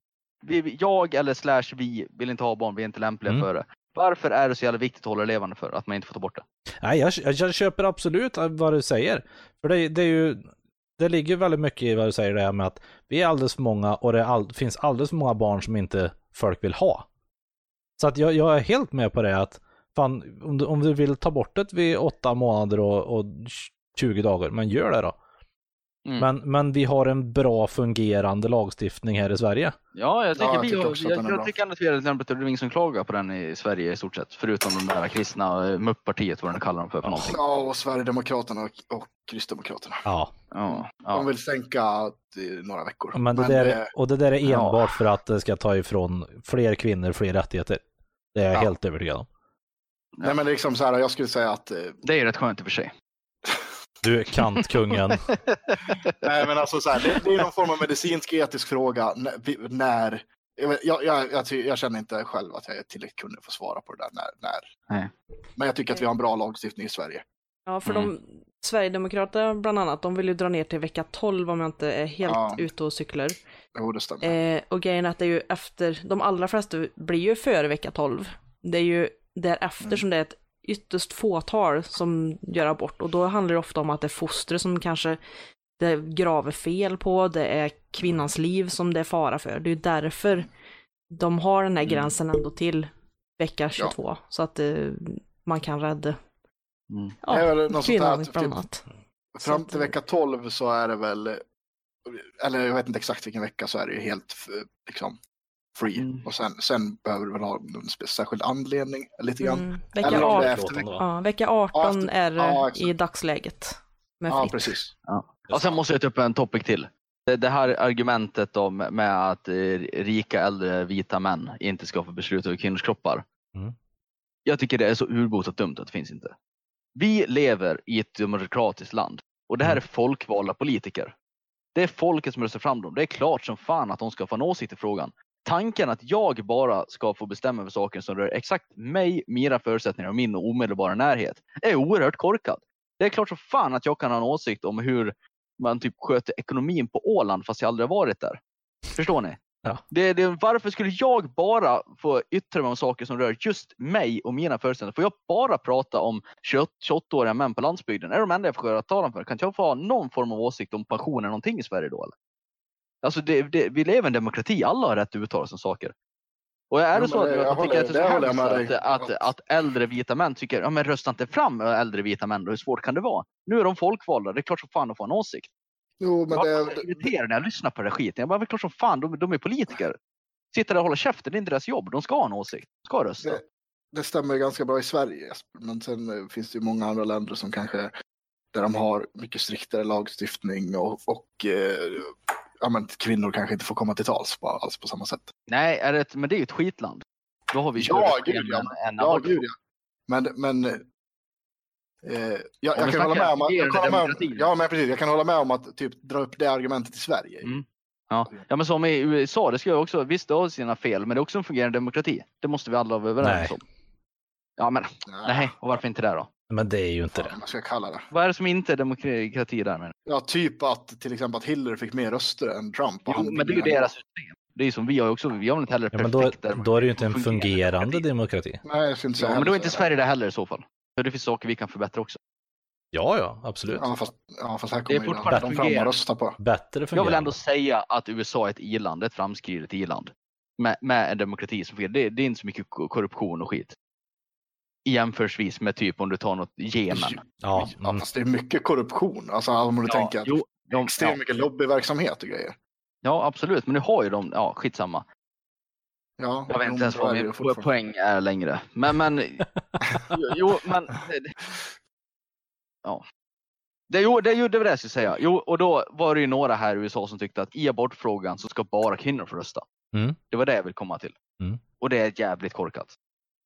jag eller vi vill inte ha barn, vi är inte lämpliga för det. Varför är det så jävla viktigt att hålla det levande för att man inte får ta bort det? Nej, jag köper absolut vad du säger. För det ligger väldigt mycket i vad du säger, det här med att vi är alldeles för många och det finns alldeles för många barn som inte folk vill ha. Så att jag är helt med på det att fan, om du vill ta bort det vid 8 månader och 20 dagar, men gör det då. Men vi har en bra fungerande lagstiftning här i Sverige. Ja, jag tycker ändå att vi är lämpligt och det är ingen som klagar på den i Sverige i stort sett. Förutom de där kristna mupppartiet, vad den kallar dem för någonting. Ja, och Sverigedemokraterna och Kristdemokraterna. Ja. De vill sänka några veckor. Men det där är enbart för att det ska ta ifrån fler kvinnor fler rättigheter. Det är jag helt övertygad om. Nej, men liksom så här, jag skulle säga att... Det är rätt skönt i och för sig. Du är kantkungen. Nej, men alltså så här, det är någon form av medicinsk etisk fråga när jag känner inte själv att jag är tillräckligt kunnig för att svara på det där när. Men jag tycker att vi har en bra lagstiftning i Sverige. Ja, för Sverigedemokrater bland annat, de vill ju dra ner till vecka 12 om jag inte är helt ute och cyklar. Jo, det stämmer. Och grejen är att det är ju efter, de allra flesta blir ju före vecka 12. Det är ju därefter som det är ett ytterst fåtal som gör abort, och då handlar det ofta om att det är foster som kanske det är grave fel på, det är kvinnans liv som det är fara för. Det är därför de har den här gränsen ändå till vecka 22. Så att man kan rädda kvinnan bland annat. Fram till vecka 12 så är det väl, eller jag vet inte exakt vilken vecka, så är det ju helt liksom free. Och sen behöver du väl ha en särskild anledning lite grann. Vecka 18 är i dagsläget. Ja, precis. Ja. Och sen måste jag ta upp en topic till. Det här argumentet med att rika äldre vita män inte ska få besluta över kvinnors kroppar. Jag tycker det är så urbotat dumt att det finns inte. Vi lever i ett demokratiskt land. Och det här är folkvalda politiker. Det är folket som röstar fram dem. Det är klart som fan att de ska få en åsikt i frågan. Tanken att jag bara ska få bestämma över saker som rör exakt mig, mina förutsättningar och min omedelbara närhet är oerhört korkat. Det är klart som fan att jag kan ha en åsikt om hur man typ sköter ekonomin på Åland fast jag aldrig har varit där. Förstår ni? Ja. Varför skulle jag bara få yttra mig om saker som rör just mig och mina förutsättningar? Får jag bara prata om 28-åriga män på landsbygden? Är de enda jag får göra talan för? Kan jag få ha någon form av åsikt om pensioner någonting i Sverige då? Eller? Alltså vi lever i en demokrati. Alla har rätt att uttala sig om saker. Och är det så att äldre vita män tycker, ja men rösta inte fram äldre vita män då, hur svårt kan det vara? Nu är de folkvalda, det är klart som fan att få en åsikt. Jo, men jag irriterar när jag lyssnar på det skiten. Jag bara, det är klart som fan, de är politiker. Sitter där och håller käften, det är inte deras jobb. De ska ha en åsikt, de ska rösta. Det stämmer ganska bra i Sverige. Men sen finns det ju många andra länder som kanske, där de har mycket striktare lagstiftning och ja, men kvinnor kanske inte får komma till tals alls på samma sätt. Nej, men det är ju ett skitland. Då har vi gud, Men jag kan hålla med om jag kan hålla med om att typ dra upp det argumentet i Sverige. Ja, men som i USA, det ska jag också, visst det har sina fel, men det är också en fungerande demokrati. Det måste vi alla vara överens om. Ja, men nej, och varför inte det då? Men det är ju inte det. Man ska kalla det. Vad är det som inte är demokrati där? Men? Ja, typ att till exempel att Hillary fick mer röster än Trump. Jo, men det är ju deras system. Det är som vi har också, vi har väl inte heller perfekt. Men då är det ju inte en fungerande demokrati. Nej, jag syns men då är inte Sverige det heller i så fall. För det finns saker vi kan förbättra också. Ja, absolut. Ja, fast här kommer det är de fram och rösta på. Bättre fungerande. Jag vill ändå säga att USA är ett i-land, ett framskridet i-land. Med en demokrati som fungerar. Det är inte så mycket korruption och skit. Jämförsvis med typ om du tar något Jemen. Ja, fast det är mycket korruption. Alltså om du tänker att det är mycket lobbyverksamhet och grejer. Ja, absolut. Men nu har ju de, skitsamma. Ja, jag vet inte ens vad min poäng är längre. Men jo, men ja. Det är det jag skulle säga. Jo, och då var det ju några här i USA som tyckte att i abortfrågan så ska bara kvinnor få rösta. Det var det jag vill komma till. Och det är jävligt korkat.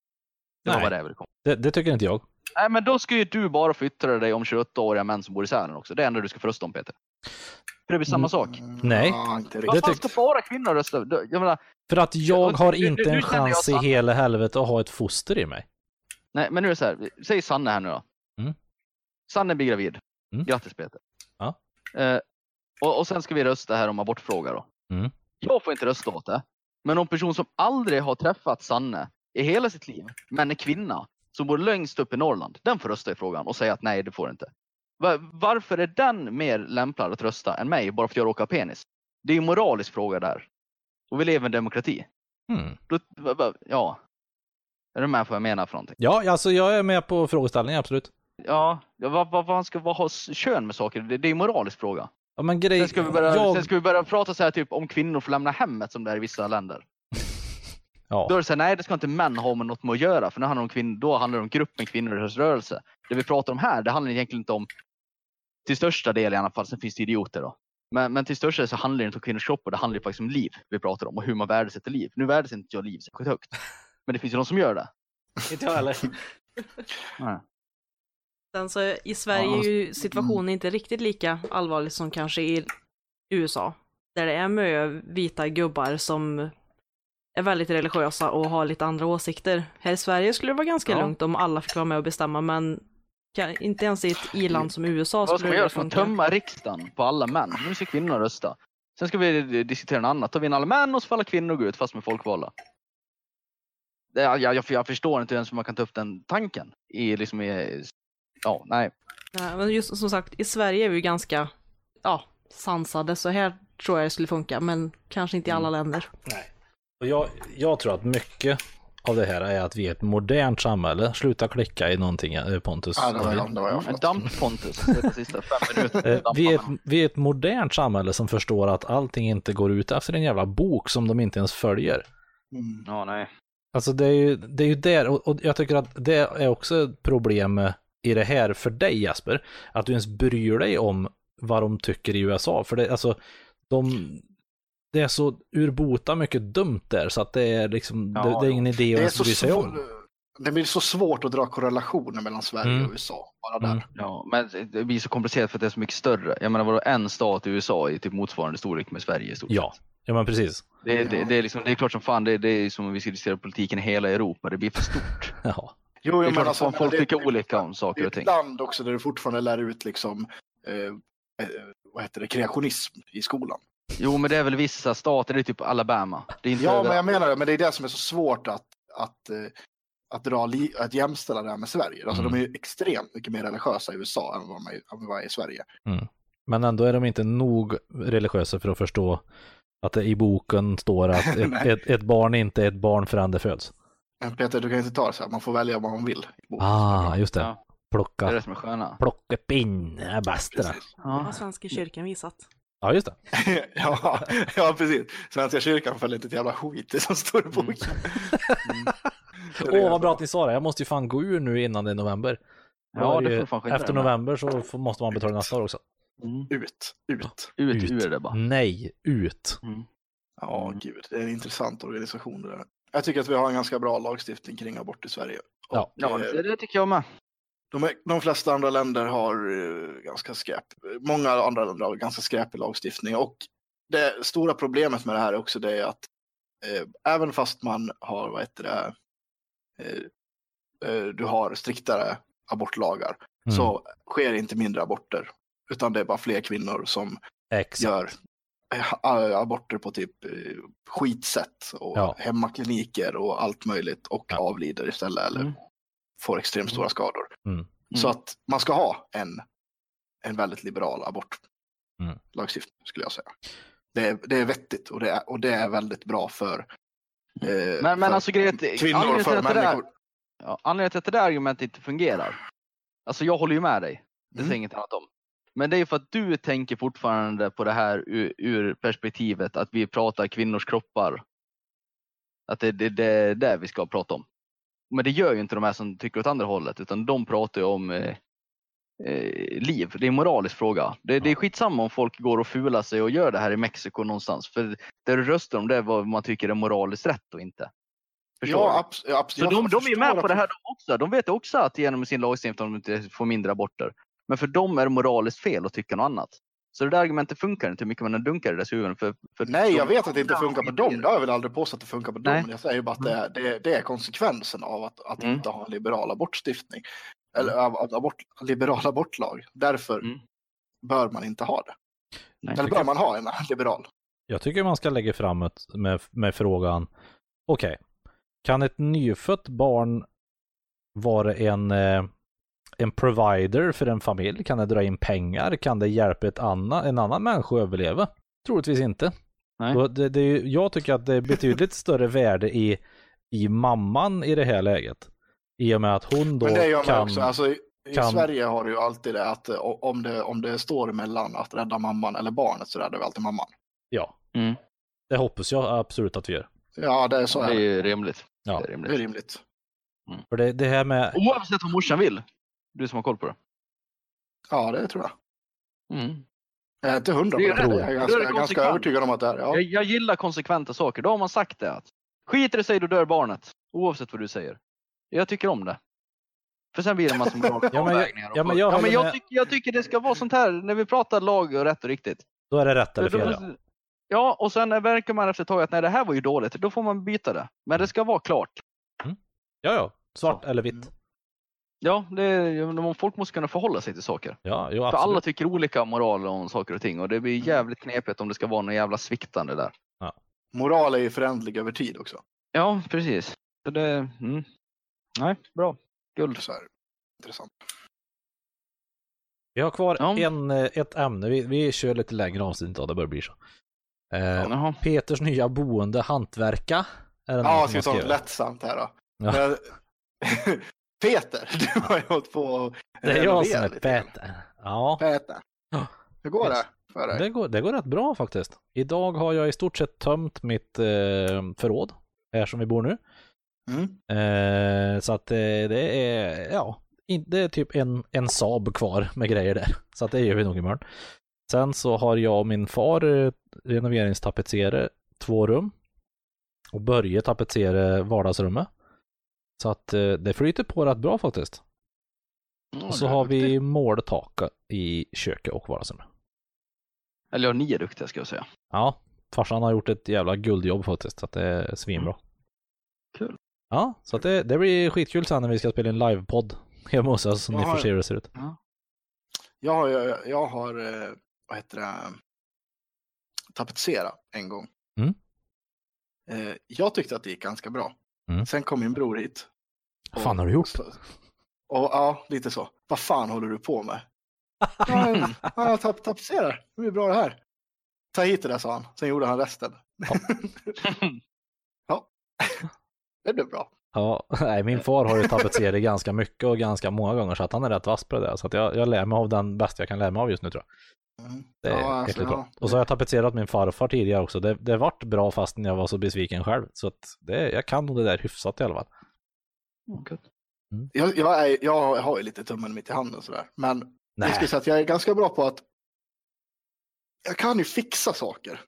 Det tycker inte jag. Nej, men då ska ju du bara få yttra dig om 28-åriga män som bor i Sälen också. Det är enda du ska få rösta om, Peter. För det blir samma sak. Nej. Varför ska bara kvinnor rösta? Jag menar, för att jag har inte en chans i hela helvete att ha ett foster i mig. Nej, men nu är det så här. Säg Sanne här nu då. Sanne blir gravid. Grattis, Peter. Ja. Och sen ska vi rösta här om abortfråga då. Jag får inte rösta åt det. Men någon person som aldrig har träffat Sanne i hela sitt liv, men är kvinna som bor längst upp i Norrland, den får rösta i frågan och säga att nej, det får inte. Varför är den mer lämpad att rösta än mig bara för att jag råkar penis? Det är en moralisk fråga där. Och vi lever i en demokrati. Ja. Är du med på vad jag menar för någonting? Ja, alltså jag är med på frågeställningen, absolut. Ja, vad ska ha kön med saker? Det är en moralisk fråga. Ja, men sen ska vi börja prata så här typ om kvinnor får lämna hemmet som det är i vissa länder. Ja. Då är det så här, nej, det ska inte män ha med något med att göra. För då handlar det om gruppen kvinnor i deras rörelse. Det vi pratar om här, det handlar egentligen inte om, till största del i alla fall, sen finns det idioter då. Men till största del så handlar det inte om kvinnors kroppar, det handlar ju faktiskt om liv vi pratar om. Och hur man värdesätter liv. Nu värdesätter inte jag liv särskilt högt. Men det finns ju de som gör det. Inte jag heller. Nej. Sen så i Sverige är ju situationen inte riktigt lika allvarlig som kanske i USA. Där det är mycket vita gubbar som är väldigt religiösa och har lite andra åsikter. Här i Sverige skulle det vara ganska lugnt om alla fick vara med och bestämma, men inte ens i ett i-land som USA skulle det funka. Tömma riksdagen på alla män. Nu ska kvinnor rösta. Sen ska vi diskutera något annat. Ta in alla män och så får alla kvinnor gå ut fast med folkvalda. Jag förstår inte ens hur man kan ta upp den tanken. Nej. Ja, men just som sagt, i Sverige är vi ganska sansade. Så här tror jag det skulle funka, men kanske inte i alla länder. Nej. Och jag tror att mycket av det här är att vi är ett modernt samhälle. Sluta klicka i någonting, Pontus. Ja, det var jag. Damp Pontus, de sista 5 minuterna. Vi är ett modernt samhälle som förstår att allting inte går ut efter en jävla bok som de inte ens följer. Ja, nej. Alltså det är ju där, och jag tycker att det är också ett problem i det här för dig, Jasper, att du ens bryr dig om vad de tycker i USA, för det, alltså det är så urbota mycket dumt där, så att det är liksom, det är ingen idé att ens bry sig om. Det blir så svårt att dra korrelationer mellan Sverige och USA, bara där. Ja, men det blir så komplicerat för att det är så mycket större. Jag menar, var en stat i USA i typ motsvarande storlek med Sverige i stort sett. Ja, men precis. Det är liksom, det är klart som fan, det är som om vi ska diskutera politiken i hela Europa, det blir för stort. Ja. Jo, det är klart att folk tycker olika om saker och ting. Det är ett land också där du fortfarande lär ut liksom, vad heter det, kreationism i skolan. Jo, men det är väl vissa stater, det är typ Alabama. Det är inte men jag menar det, men det är det som är så svårt att jämställa det här med Sverige. Alltså de är ju extremt mycket mer religiösa i USA än vad är i Sverige. Men ändå är de inte nog religiösa för att förstå att det i boken står att ett barn inte är ett barn förrän det föds. Men Peter, du kan inte ta det så här. Man får välja vad man vill i boken. Just det. Ja. Plocka. Det är det som är sköna. Plocka pinne, bästa. Det har Svenska kyrkan visat. Ja, just det. ja, precis. Svenska kyrkan följer inte ett jävla skit det som står i boken. Vad bra att ni sa det. Jag måste ju fan gå ur nu innan det är november. Ja, det får fan skita. Efter november så måste man betala nästa år också. Ut Ut det bara. Nej, ut. Ja, gud. Det är en intressant organisation det där. Jag tycker att vi har en ganska bra lagstiftning kring abort i Sverige. Ja, det tycker jag med. De flesta andra länder har ganska många andra länder har ganska skräpig lagstiftning, och det stora problemet med det här är också det att även fast man har du har striktare abortlagar så sker inte mindre aborter, utan det är bara fler kvinnor som gör aborter på typ skitsätt och hemmakliniker och allt möjligt och avlider istället eller får extremt stora skador. Så att man ska ha en väldigt liberal abortlagstiftning, skulle jag säga. Det är vettigt och det är väldigt bra för men alltså kvinnor, för människor. Anledningen till att det där argumentet inte fungerar. Alltså jag håller ju med dig. Det säger inget annat om. Men det är för att du tänker fortfarande på det här ur perspektivet att vi pratar kvinnors kroppar. Att det är det vi ska prata om. Men det gör ju inte de här som tycker åt andra hållet, utan de pratar ju om liv. Det är en moralisk fråga. Det är skitsamma om folk går och fular sig och gör det här i Mexiko någonstans. För det du röstar om det är vad man tycker är moraliskt rätt och inte. Absolut. Så de är ju med på det här också. De vet också att genom sin lagstiftning de inte får mindre aborter. Men för dem är det moraliskt fel att tycka något annat. Så det där argumentet funkar inte hur mycket man dunkar i deras huvuden. Nej, jag vet att det inte funkar på dem. Det har jag väl aldrig påstått att det funkar på dem. Men jag säger bara att det är konsekvensen av att inte ha en liberal abortstiftning. Eller liberal abortlag. Därför bör man inte ha det. Eller bör man ha en liberal? Jag tycker man ska lägga fram med frågan. Okej. Kan ett nyfött barn vara en provider för en familj? Kan det dra in pengar? Kan det hjälpa en annan människa att överleva? Troligtvis inte. Nej. Jag tycker att det är betydligt större värde i mamman i det här läget. I och med att hon då men det gör man också. Alltså, i Sverige har du ju alltid det att om det står mellan att rädda mamman eller barnet så räddar vi alltid mamman. Ja. Det hoppas jag absolut att vi gör. Ja, det är så. Det är rimligt. Ja. Det är rimligt. För det här med... Oavsett vad morsan vill. Du som har koll på det. Ja, det tror jag. Jag är inte 100 på det. Jag är ganska övertygad om att det är. Ja. Jag gillar konsekventa saker. Då har man sagt det. Att skiter i sig, då dör barnet. Oavsett vad du säger. Jag tycker om det. För sen blir det en massa avvägningar. Jag tycker det ska vara sånt här. När vi pratar lag och rätt och riktigt. Då är det rätt eller fel. Ja, och sen verkar man efter ett tag att nej, det här var ju dåligt. Då får man byta det. Men det ska vara klart. Ja. Svart eller vitt. Ja, folk måste kunna förhålla sig till saker. Ja, jo, för alla tycker olika moral om saker och ting. Och det blir jävligt knepigt om det ska vara någon jävla sviktande där. Ja. Moral är ju förändlig över tid också. Ja, precis. Så det... Nej, bra. Guld. Så här. Intressant. Vi har kvar ett ämne. Vi kör lite längre avsnitt av det börjar bli så. Peters nya boende hantverka. Ja, så sånt lättsamt här då. Ja. Peter, du har ju hållit på. Det är jag som är Peter. Ja. Peter. Hur går det för dig? Det går rätt bra faktiskt. Idag har jag i stort sett tömt mitt förråd här som vi bor nu. Så att det är typ en Saab kvar med grejer där. Så att det gör vi nog imorgon. Sen så har jag och min far renoveringstapetserat 2 rum. Och börjat tapetsera vardagsrummet. Så att det flyter på rätt bra faktiskt. Och så har vi måltaka i köket och vardagsrummet. Eller ni är duktiga ska jag säga. Ja, farsan har gjort ett jävla guldjobb faktiskt. Så att det är svinbra. Kul. Ja, så att det blir skitkul sen när vi ska spela en livepodd hemma hos oss, som ni får se hur det ser ut. Ja. Jag har vad heter det, tapetsera en gång. Jag tyckte att det gick ganska bra. Sen kom min bror hit. Vad fan har du gjort? Och ja, lite så. Vad fan håller du på med? Jag tapetserar. Det blir bra det här. Ta hit det där, sa han. Sen gjorde han resten. Ja. Det blev bra. Ja, nej, min far har ju tapetserat ganska mycket och ganska många gånger, så att han är rätt vass på det där. Så att jag lär mig av den bästa jag kan lära mig av just nu, tror jag. Det är bra. Och så har jag tapetserat min farfar tidigare också. Det vart bra fast när jag var så besviken själv. Så att jag kan nog det där hyfsat i alla fall. Jag har ju lite tummen mitt i handen sådär. Men jag skulle säga att jag är ganska bra på att jag kan ju fixa saker.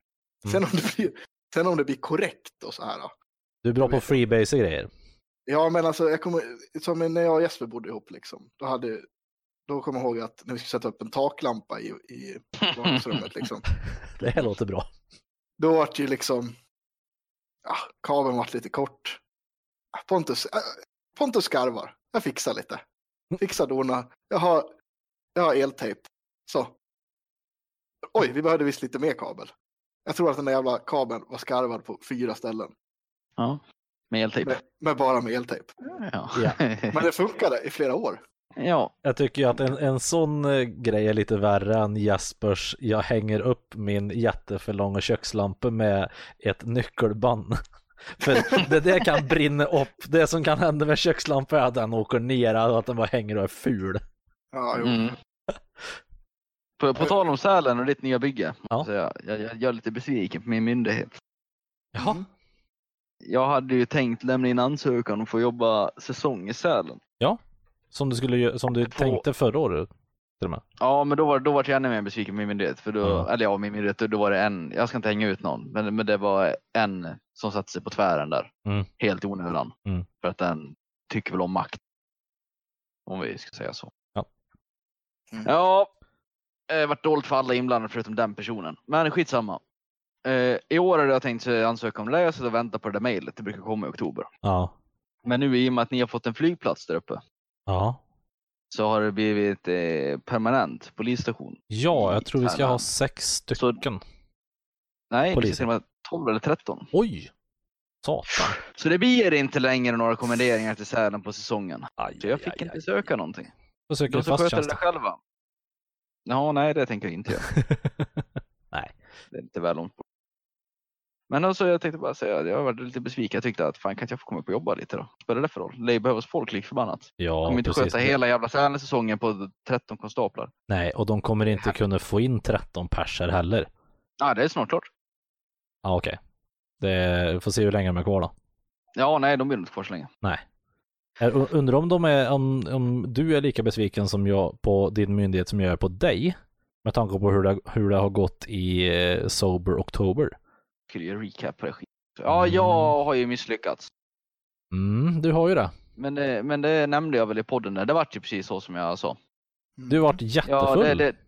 Sen om det blir korrekt och så här. Du är bra på freebase och grejer. Ja, men alltså som när jag och Jesper bodde ihop liksom. Då kommer jag ihåg att när vi skulle sätta upp en taklampa i vardagsrummet liksom. Det här låter bra. Då var det ju liksom, kabeln var lite kort. Pontus skarvar. Jag fixar lite. Fixar dona. Jag har eltejp. Så. Oj, vi behövde visst lite mer kabel. Jag tror att den där jävla kabeln var skarvad på 4 ställen. Ja, med eltejp. Bara med eltejp. Ja. Men det funkade i flera år. Ja. Jag tycker ju att en sån grej är lite värre än Jaspers. Jag hänger upp min jätteförlånga kökslampa med ett nyckelband. För det där kan brinna upp. Det som kan hända med kökslampan är att den åker ner och att den bara hänger och är ful. Ja, jo. På tal om Sälen och ditt nya bygge. Ja. Så jag är lite besviken på min myndighet. Jaha. Jag hade ju tänkt lämna in ansökan och få jobba säsong i Sälen. Ja, som du tänkte förra året. Till och med. Ja, men då var jag ännu mer besviken på min myndighet. För då, min myndighet, då var det jag ska inte hänga ut någon. Men det var en som satte sig på tvären där. Helt onödan. För att den tycker väl om makt. Om vi ska säga så. Ja. Ja, det varit dåligt för alla inblandade förutom den personen. Men skitsamma. I år hade jag tänkt ansöka om läset och vänta på det där mejlet. Det brukar komma i oktober. Ja. Men nu i och med att ni har fått en flygplats där uppe. Ja. Så har det blivit permanent polisstation. Ja, jag tror vi ska ha 6 stycken. Nej, det ska vara 12 eller 13. Oj, satan. Så det blir inte längre några kommenderingar till Sälen på säsongen. Så jag fick inte söka någonting. Då söker du fast tjänst. Det själva. Ja, nej, det tänker jag inte göra. Nej. Det är inte väl långt bort. Men alltså, jag tänkte bara säga att jag var lite besviken. Jag tyckte att fan, kan inte jag få komma upp och jobba lite då? Spelar det för roll? Det behövs folk lik förbannat. Ja, de inte sköta hela jävla Sälen-säsongen på 13 konstaplar. Nej, och de kommer inte kunna få in 13 perser heller. Ja, det är snart klart. Ja, okej. Det får se hur länge de är kvar då. Ja, nej, de blir inte kvar så länge. Nej. Undrar om du är lika besviken som jag på din myndighet som jag är på dig. Med tanke på hur det har gått i Sober October. Skulle jag recap på det skit. Ja, jag har ju misslyckats. Du har ju det. Men det nämnde jag väl i podden där. Det var ju precis så som jag sa. Du vart jättefull. Ja,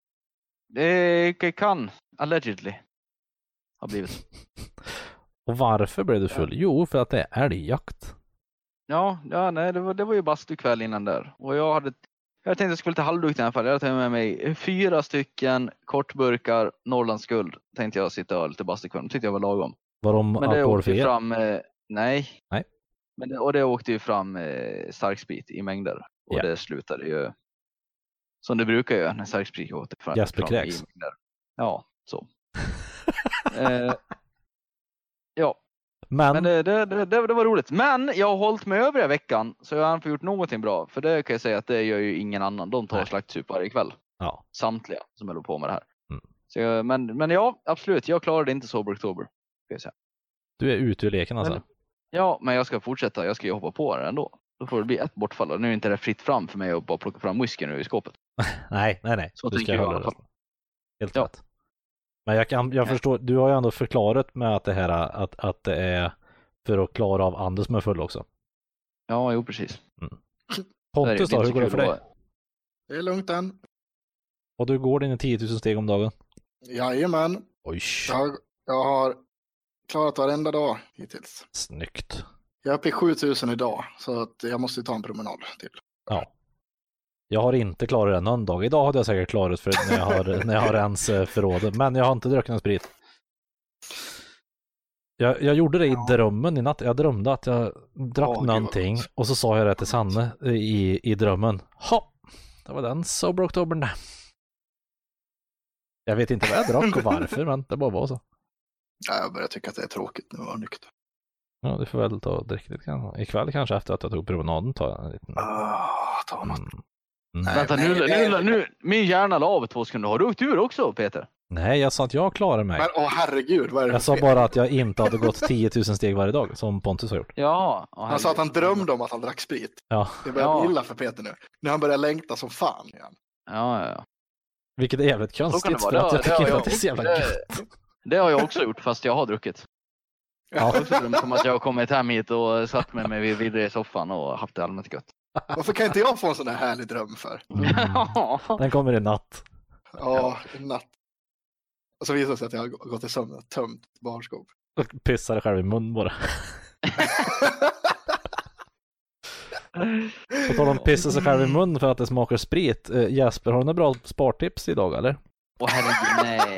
det kan allegedly ha blivit. Och varför blev du full? Jo, för att det är älgjakt. Ja, nej, det var ju bastukväll innan där. Och jag tänkte att jag skulle lite halvduktig i alla fall. Jag hade tagit med mig 4 stycken kortburkar Norrlands guld. Tänkte jag sitta och lite bastukväll. Tyckte jag var lagom. Var de alkoholfria? Nej. Men det åkte ju fram starksprit i mängder. Och det slutade ju Som det brukar göra när sargsprit återför. Jasper kräks. Ja, så. Ja. Men det var roligt. Men jag har hållit mig övriga veckan, så jag har inte gjort någonting bra. För det kan jag säga att det gör ju ingen annan. De tar slaktsup varje kväll. Ja. Samtliga som håller på med det här. Så men ja, absolut. Jag klarade inte Sober October. Ska jag säga. Du är ute ur leken alltså? Ja, men jag ska fortsätta. Jag ska ju hoppa på det ändå. Då får det bli ett bortfall. Nu är inte det fritt fram för mig att bara plocka fram whisky nu i skåpet. nej. Så du ska hålla det. Helt ja. rätt. Men jag förstår, du har ju ändå förklarat med att det här att det är för att klara av andra som är full också. Ja, jo precis. Pontus då, hur går det för dig? Det är lugnt än. Och du går dina 10 000 steg om dagen? Jajamän. Oj. Jag har klarat varenda dag hittills. Snyggt. Jag är uppe i 7000 idag, så att jag måste ta en promenad till. Ja. Jag har inte klarat det någon dag. Idag hade jag säkert klarat för när jag har rens förrådet. Men jag har inte druckit någon sprit. Jag gjorde det i drömmen i natt. Jag drömde att jag drack någonting. Och så sa jag det till Sanne i drömmen. Det var den Sober October där. Jag vet inte vad jag drack och varför, men det bara var så. Ja, jag börjar tycka att det är tråkigt nu och nykter. Ja, du får väl ta och dricka lite grann. Ikväll kanske efter att jag tog promenaden tar jag en liten... ta något. Nej, vänta, nu min hjärna la av 2 sekunder. Har du åkt ur också, Peter? Nej, jag sa att jag klarar mig. Men herregud, vad är det? Jag sa bara att jag inte hade gått 10 000 steg varje dag, som Pontus har gjort. Ja. Han sa att han drömde om att han drack sprit. Ja. Det börjar illa för Peter nu. Nu han börjar längta som fan igen. Ja. Vilket är jävligt konstigt, för att jag tycker att det är så jävla gött. Det har jag också gjort, fast jag har druckit. Jag har också drömt om att jag har kommit hem hit och satt med mig vid i soffan och haft det allmänt gött. Varför kan inte jag få en sån här härlig dröm för? Den kommer i natt. Ja, i natt. Och så visar det sig att jag har gått i sömn och tömt barnskåp. Och pissar själv i mun bara. På tal om pissa sig själv i mun för att det smakar sprit. Jasper, har du några bra spartips idag eller? Åh herregud, nej.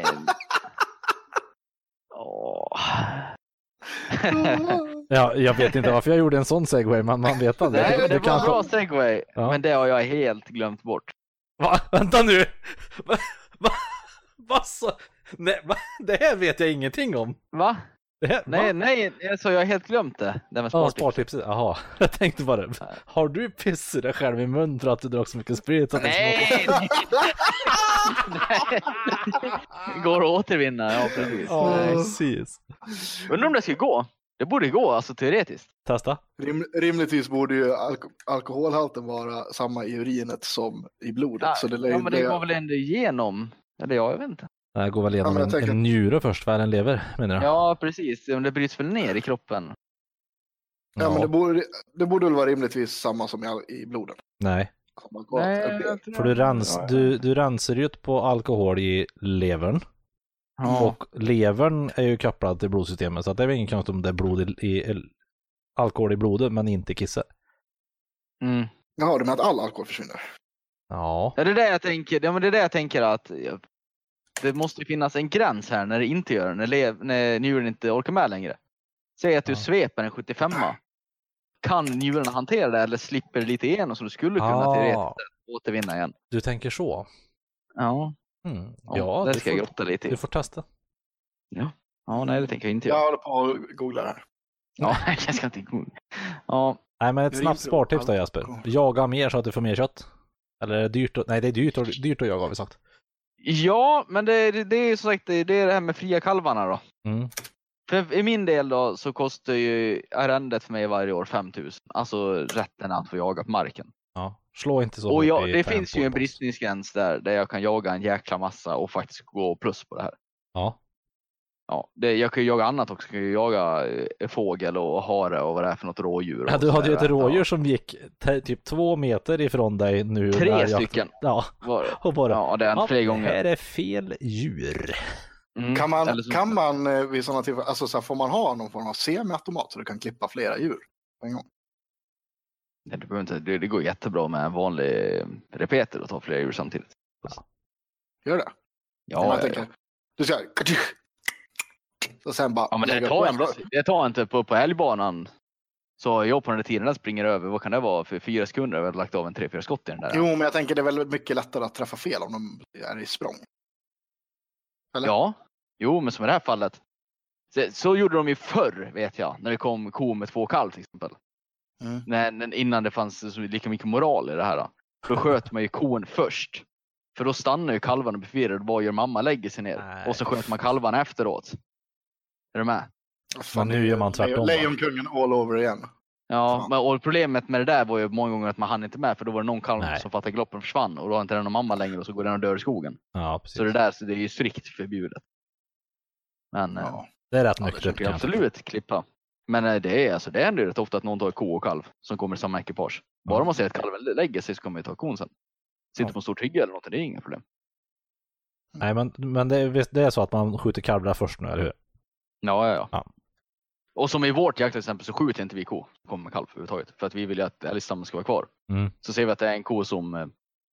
Ja, jag vet inte varför jag gjorde en sån segway, men man vet aldrig. Nej, men det var en bra segway. Ja. Men det har jag helt glömt bort. Va? Vänta nu! Va? Nej, va? Det här vet jag ingenting om. Va? Nej, så jag har helt glömt det. Det med spartipset. Jaha, jag tänkte bara. Har du pissat dig själv i mun för att du drar så mycket sprit? Nej! Går att återvinna, ja precis. Precis. Undrar om det ska gå. Det borde gå, alltså teoretiskt. Testa. Rimligtvis borde ju alkoholhalten vara samma i urinet som i blodet. Ja, så det men det går väl ändå igenom. Eller jag vet inte. Det går väl igenom en njure först, för en lever, menar du? Ja, precis. Det bryts väl ner i kroppen. Ja, men det borde väl vara rimligtvis samma som i blodet. Nej. För du rensar ut på alkohol i levern. Ja. Och levern är ju kopplad till blodsystemet, så att det är väl ingen konstigt om det är alkohol i blodet, men inte kissa. Jaha, du menar att all alkohol försvinner? Ja. Det är det jag tänker. Ja, men det är det jag tänker att det måste finnas en gräns här när det inte gör, när njuren inte orkar med längre. Säg att du sveper en 75. Kan njurarna hantera det eller slipper det lite igenom så du skulle kunna återvinna igen? Du tänker så? Ja. Ja, det ska jag grotta lite i. Du får testa. Ja, nej det tänker jag inte göra. Jag håller på att googla det här. Ja, jag ska inte googla. Ja. Nej, men ett snabbt spartips då, Jasper. Jaga mer så att du får mer kött. Eller är det dyrt? Nej, det är dyrt att jaga, har vi sagt. Ja, men det är som sagt det här med fria kalvarna då. För i min del då så kostar ju arrendet för mig varje år 5 000. Alltså rätten att få jaga på marken. Ja, slå inte så. Och det finns ju en bristningsgräns där jag kan jaga en jäkla massa och faktiskt gå plus på det här. Ja. Ja, jag kan ju jaga annat också. Jag kan ju jaga fågel och hare och vad det är för något rådjur. Ja, du hade ju ett rådjur som gick typ 2 meter ifrån dig nu. 3 stycken. Ja, och bara, det är 3 gånger. Det här är fel djur. Kan man vid sådana tillfällen, alltså så här, får man ha någon form av semi-automat så du kan klippa flera djur på en gång? Det går jättebra med en vanlig repeter och ta flera djur samtidigt. Ja. Gör det? Ja. Du ska och sen bara... Ja, men det tar inte på älgbanan Så jag på den där tiden där springer över, vad kan det vara för 4 sekunder? Jag hade lagt av en 3-4 skott i den där. Jo, men jag tänker det är väldigt mycket lättare att träffa fel om de är i språng. Eller? Ja, jo, men som i det här fallet. Så gjorde de ju förr, vet jag, när det kom ko med 2 kalv till exempel. Innan det fanns lika mycket moral i det här. Då sköt man ju kon först. För då stannar ju kalvarna befirade. Vad gör mamma? Lägger sig ner. Nej. Och så sköt man kalvarna efteråt. Är du med? Men nu gör man tvärtom. Lejonkungen all over igen. Ja, men, och problemet med det där var ju många gånger att man hann inte med. För då var det någon kalv som fattade galoppen försvann. Och då har inte den någon mamma längre och så går den och dör i skogen. Ja, precis. Så det där så det är ju strikt förbjudet. Men det är rätt mycket. Det absolut klippa. Men det är ändå rätt ofta att någon tar ko och kalv som kommer i samma ekipage. Bara man ser att kalven lägger sig så kommer man ta kon sen. Sitter på en stor trygga eller något, det är inga problem. Nej, men det är så att man skjuter kalvar först nu, eller hur? Ja. Och som i vårt jakt till exempel så skjuter inte vi ko som kommer med kalv överhuvudtaget. För att vi vill ju att älgstammen ska vara kvar. Så ser vi att det är en ko som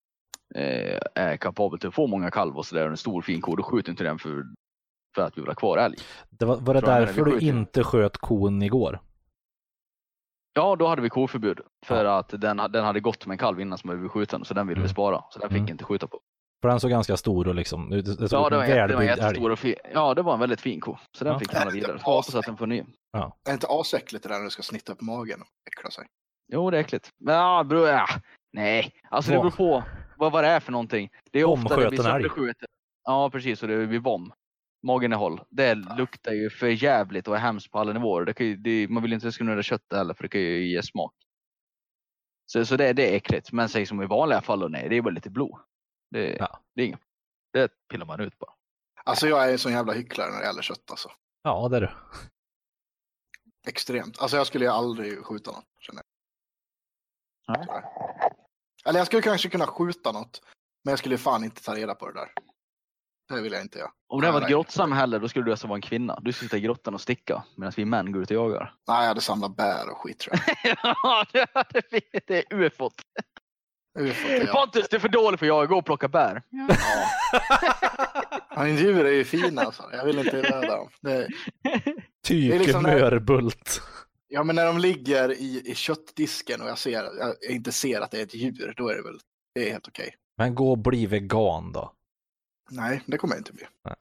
är kapabel till att få många kalv och så där, en stor fin ko, då skjuter inte den för att vi vill ha kvar älg. Var det därför du inte sköt kon igår? Ja, då hade vi koförbud. För att den hade gått med en kalv innan som vi ville skjuta den. Så den ville vi spara. Så den fick inte skjuta på. För den såg ganska stor och liksom... Det var jättestor och fin. Ja, det var en väldigt fin ko. Så den fick man vidare. Så att den får ny. Ja. Det är inte asäckligt det där när du ska snitta upp magen och äckla sig. Jo, det är äckligt. Men nej. Alltså det beror på vad det är för någonting. Det är ofta det blir sönderskjutet. Ja, precis. Och det blir vom. Mageninnehåll. Det luktar ju för jävligt och är hemskt på alla nivåer. Man vill inte skruva kött heller för det kan ju ge smak. Så det är äckligt. Men säg som i vanliga fall, nej, det är bara lite blod. Det är inget. Det pillar man ut bara. Alltså jag är en sån jävla hycklare när det gäller kött alltså. Ja, det är du. Extremt. Alltså jag skulle ju aldrig skjuta något, känner jag. Nej. Eller jag skulle kanske kunna skjuta något. Men jag skulle fan inte ta reda på det där. Det vill jag inte göra. Om det var ett grottsamhälle, då skulle du alltså vara en kvinna. Du skulle sitta i grottan och sticka medan vi män går ut och jagar. Nej, jag hade samlat bär och skit, tror jag. Ja, det är ufot. Pontus, det är för dåligt för jag att gå och plocka bär. Ja, djur är ju fina alltså. Jag vill inte döda dem. Tyke liksom mörbult. Ja, men när de ligger i köttdisken och jag inte ser att det är ett djur, då är det är helt okej. Men gå och bli vegan då. Nej, det kommer jag inte bli. Nej.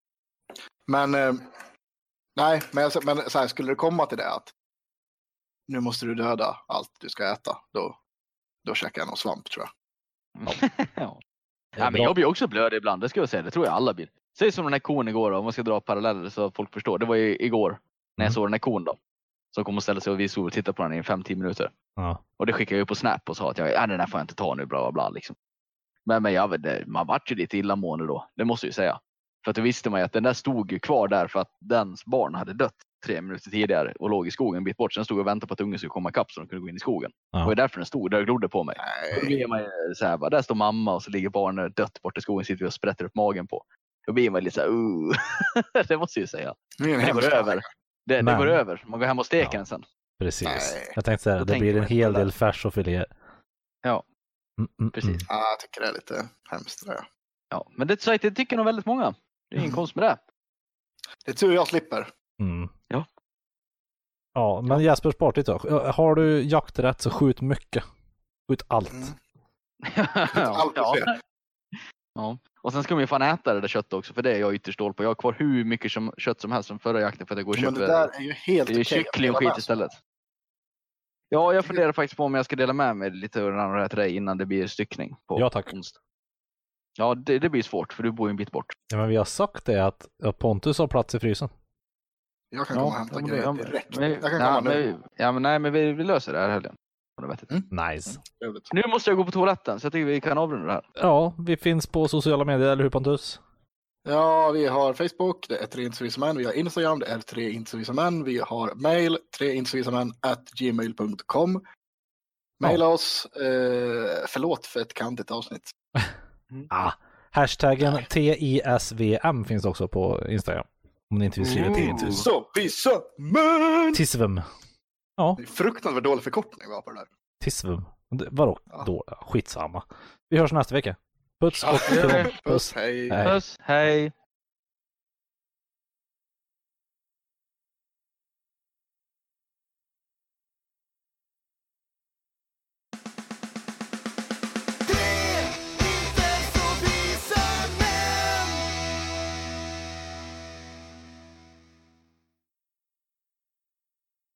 Men så här, skulle det komma till det att nu måste du döda allt du ska äta, då käkar jag någon svamp, tror jag. Ja, men jag blir också blöd ibland, det ska jag säga. Det tror jag alla blir. Säg som den här kon igår då, om man ska dra paralleller så att folk förstår. Det var ju igår när jag såg den här kon då. Som kom och ställde sig och vi såg och tittade på den i 5-10 minuter. Ja. Och det skickade jag ju på Snap och sa att den här får jag inte ta nu, bla bla bla liksom. Men man vart ju lite illamående då, det måste jag ju säga. För att då visste man ju att den där stod ju kvar där för att dens barn hade dött 3 minuter tidigare och låg i skogen en bit bort. Sen stod och väntade på att ungen skulle komma ikapp så de kunde gå in i skogen. Ja. Och det är därför den stod där och glodde på mig. Då blir man så här, där står mamma och så ligger barnet dött bort i skogen, sitter vi och sprätter upp magen på. Då blir man lite så här, det måste jag ju säga. Det går över. Det går över. Man går hem och steker den sen. Precis. Nej. Jag tänkte säga, det blir en hel del färs och filé. Ja. Precis. Ja, jag tycker det är lite hemskt där. Ja, men det tycker nog väldigt många. Det är ingen konst med det. Det är tur jag slipper. Ja. Ja, men Jesper Spartigt då. Har du jakträtt så skjut mycket. Skjut allt. Ja. Och sen ska man ju fan äta det där köttet också, för det är jag ytterst dålig på. Jag har kvar hur mycket kött som helst som förra jakten för att det går och köper. Men det där är ju helt okej. Det är kyckling och skit istället. Ja, jag funderar faktiskt på om jag ska dela med mig lite av den här till dig innan det blir styckning på onsdag. Ja, det blir svårt för du bor ju en bit bort. Ja, men vi har sagt det att Pontus har plats i frysen. Jag kan komma och hämta grejer direkt. Men vi löser det här helgen. Nice. Nu måste jag gå på toaletten så jag tycker vi kan avrunda det här. Ja, vi finns på sociala medier, eller hur Pontus? Ja, vi har Facebook, det är 3 intervjusamän. Vi har Instagram, det är 3 intervjusamän. Vi har mail, 3intervjusamän@gmail.com. Maila oss, förlåt för ett kantigt avsnitt. Hashtaggen TISVM finns också på Instagram. Om ni inte vill skriva TISVM. Ja. Det är fruktansvärt dålig förkortning var på det där. TISVM. Vadå? Då, skitsamma. Vi hörs nästa vecka. Puss och kram. Puss, hej. Puss, hej.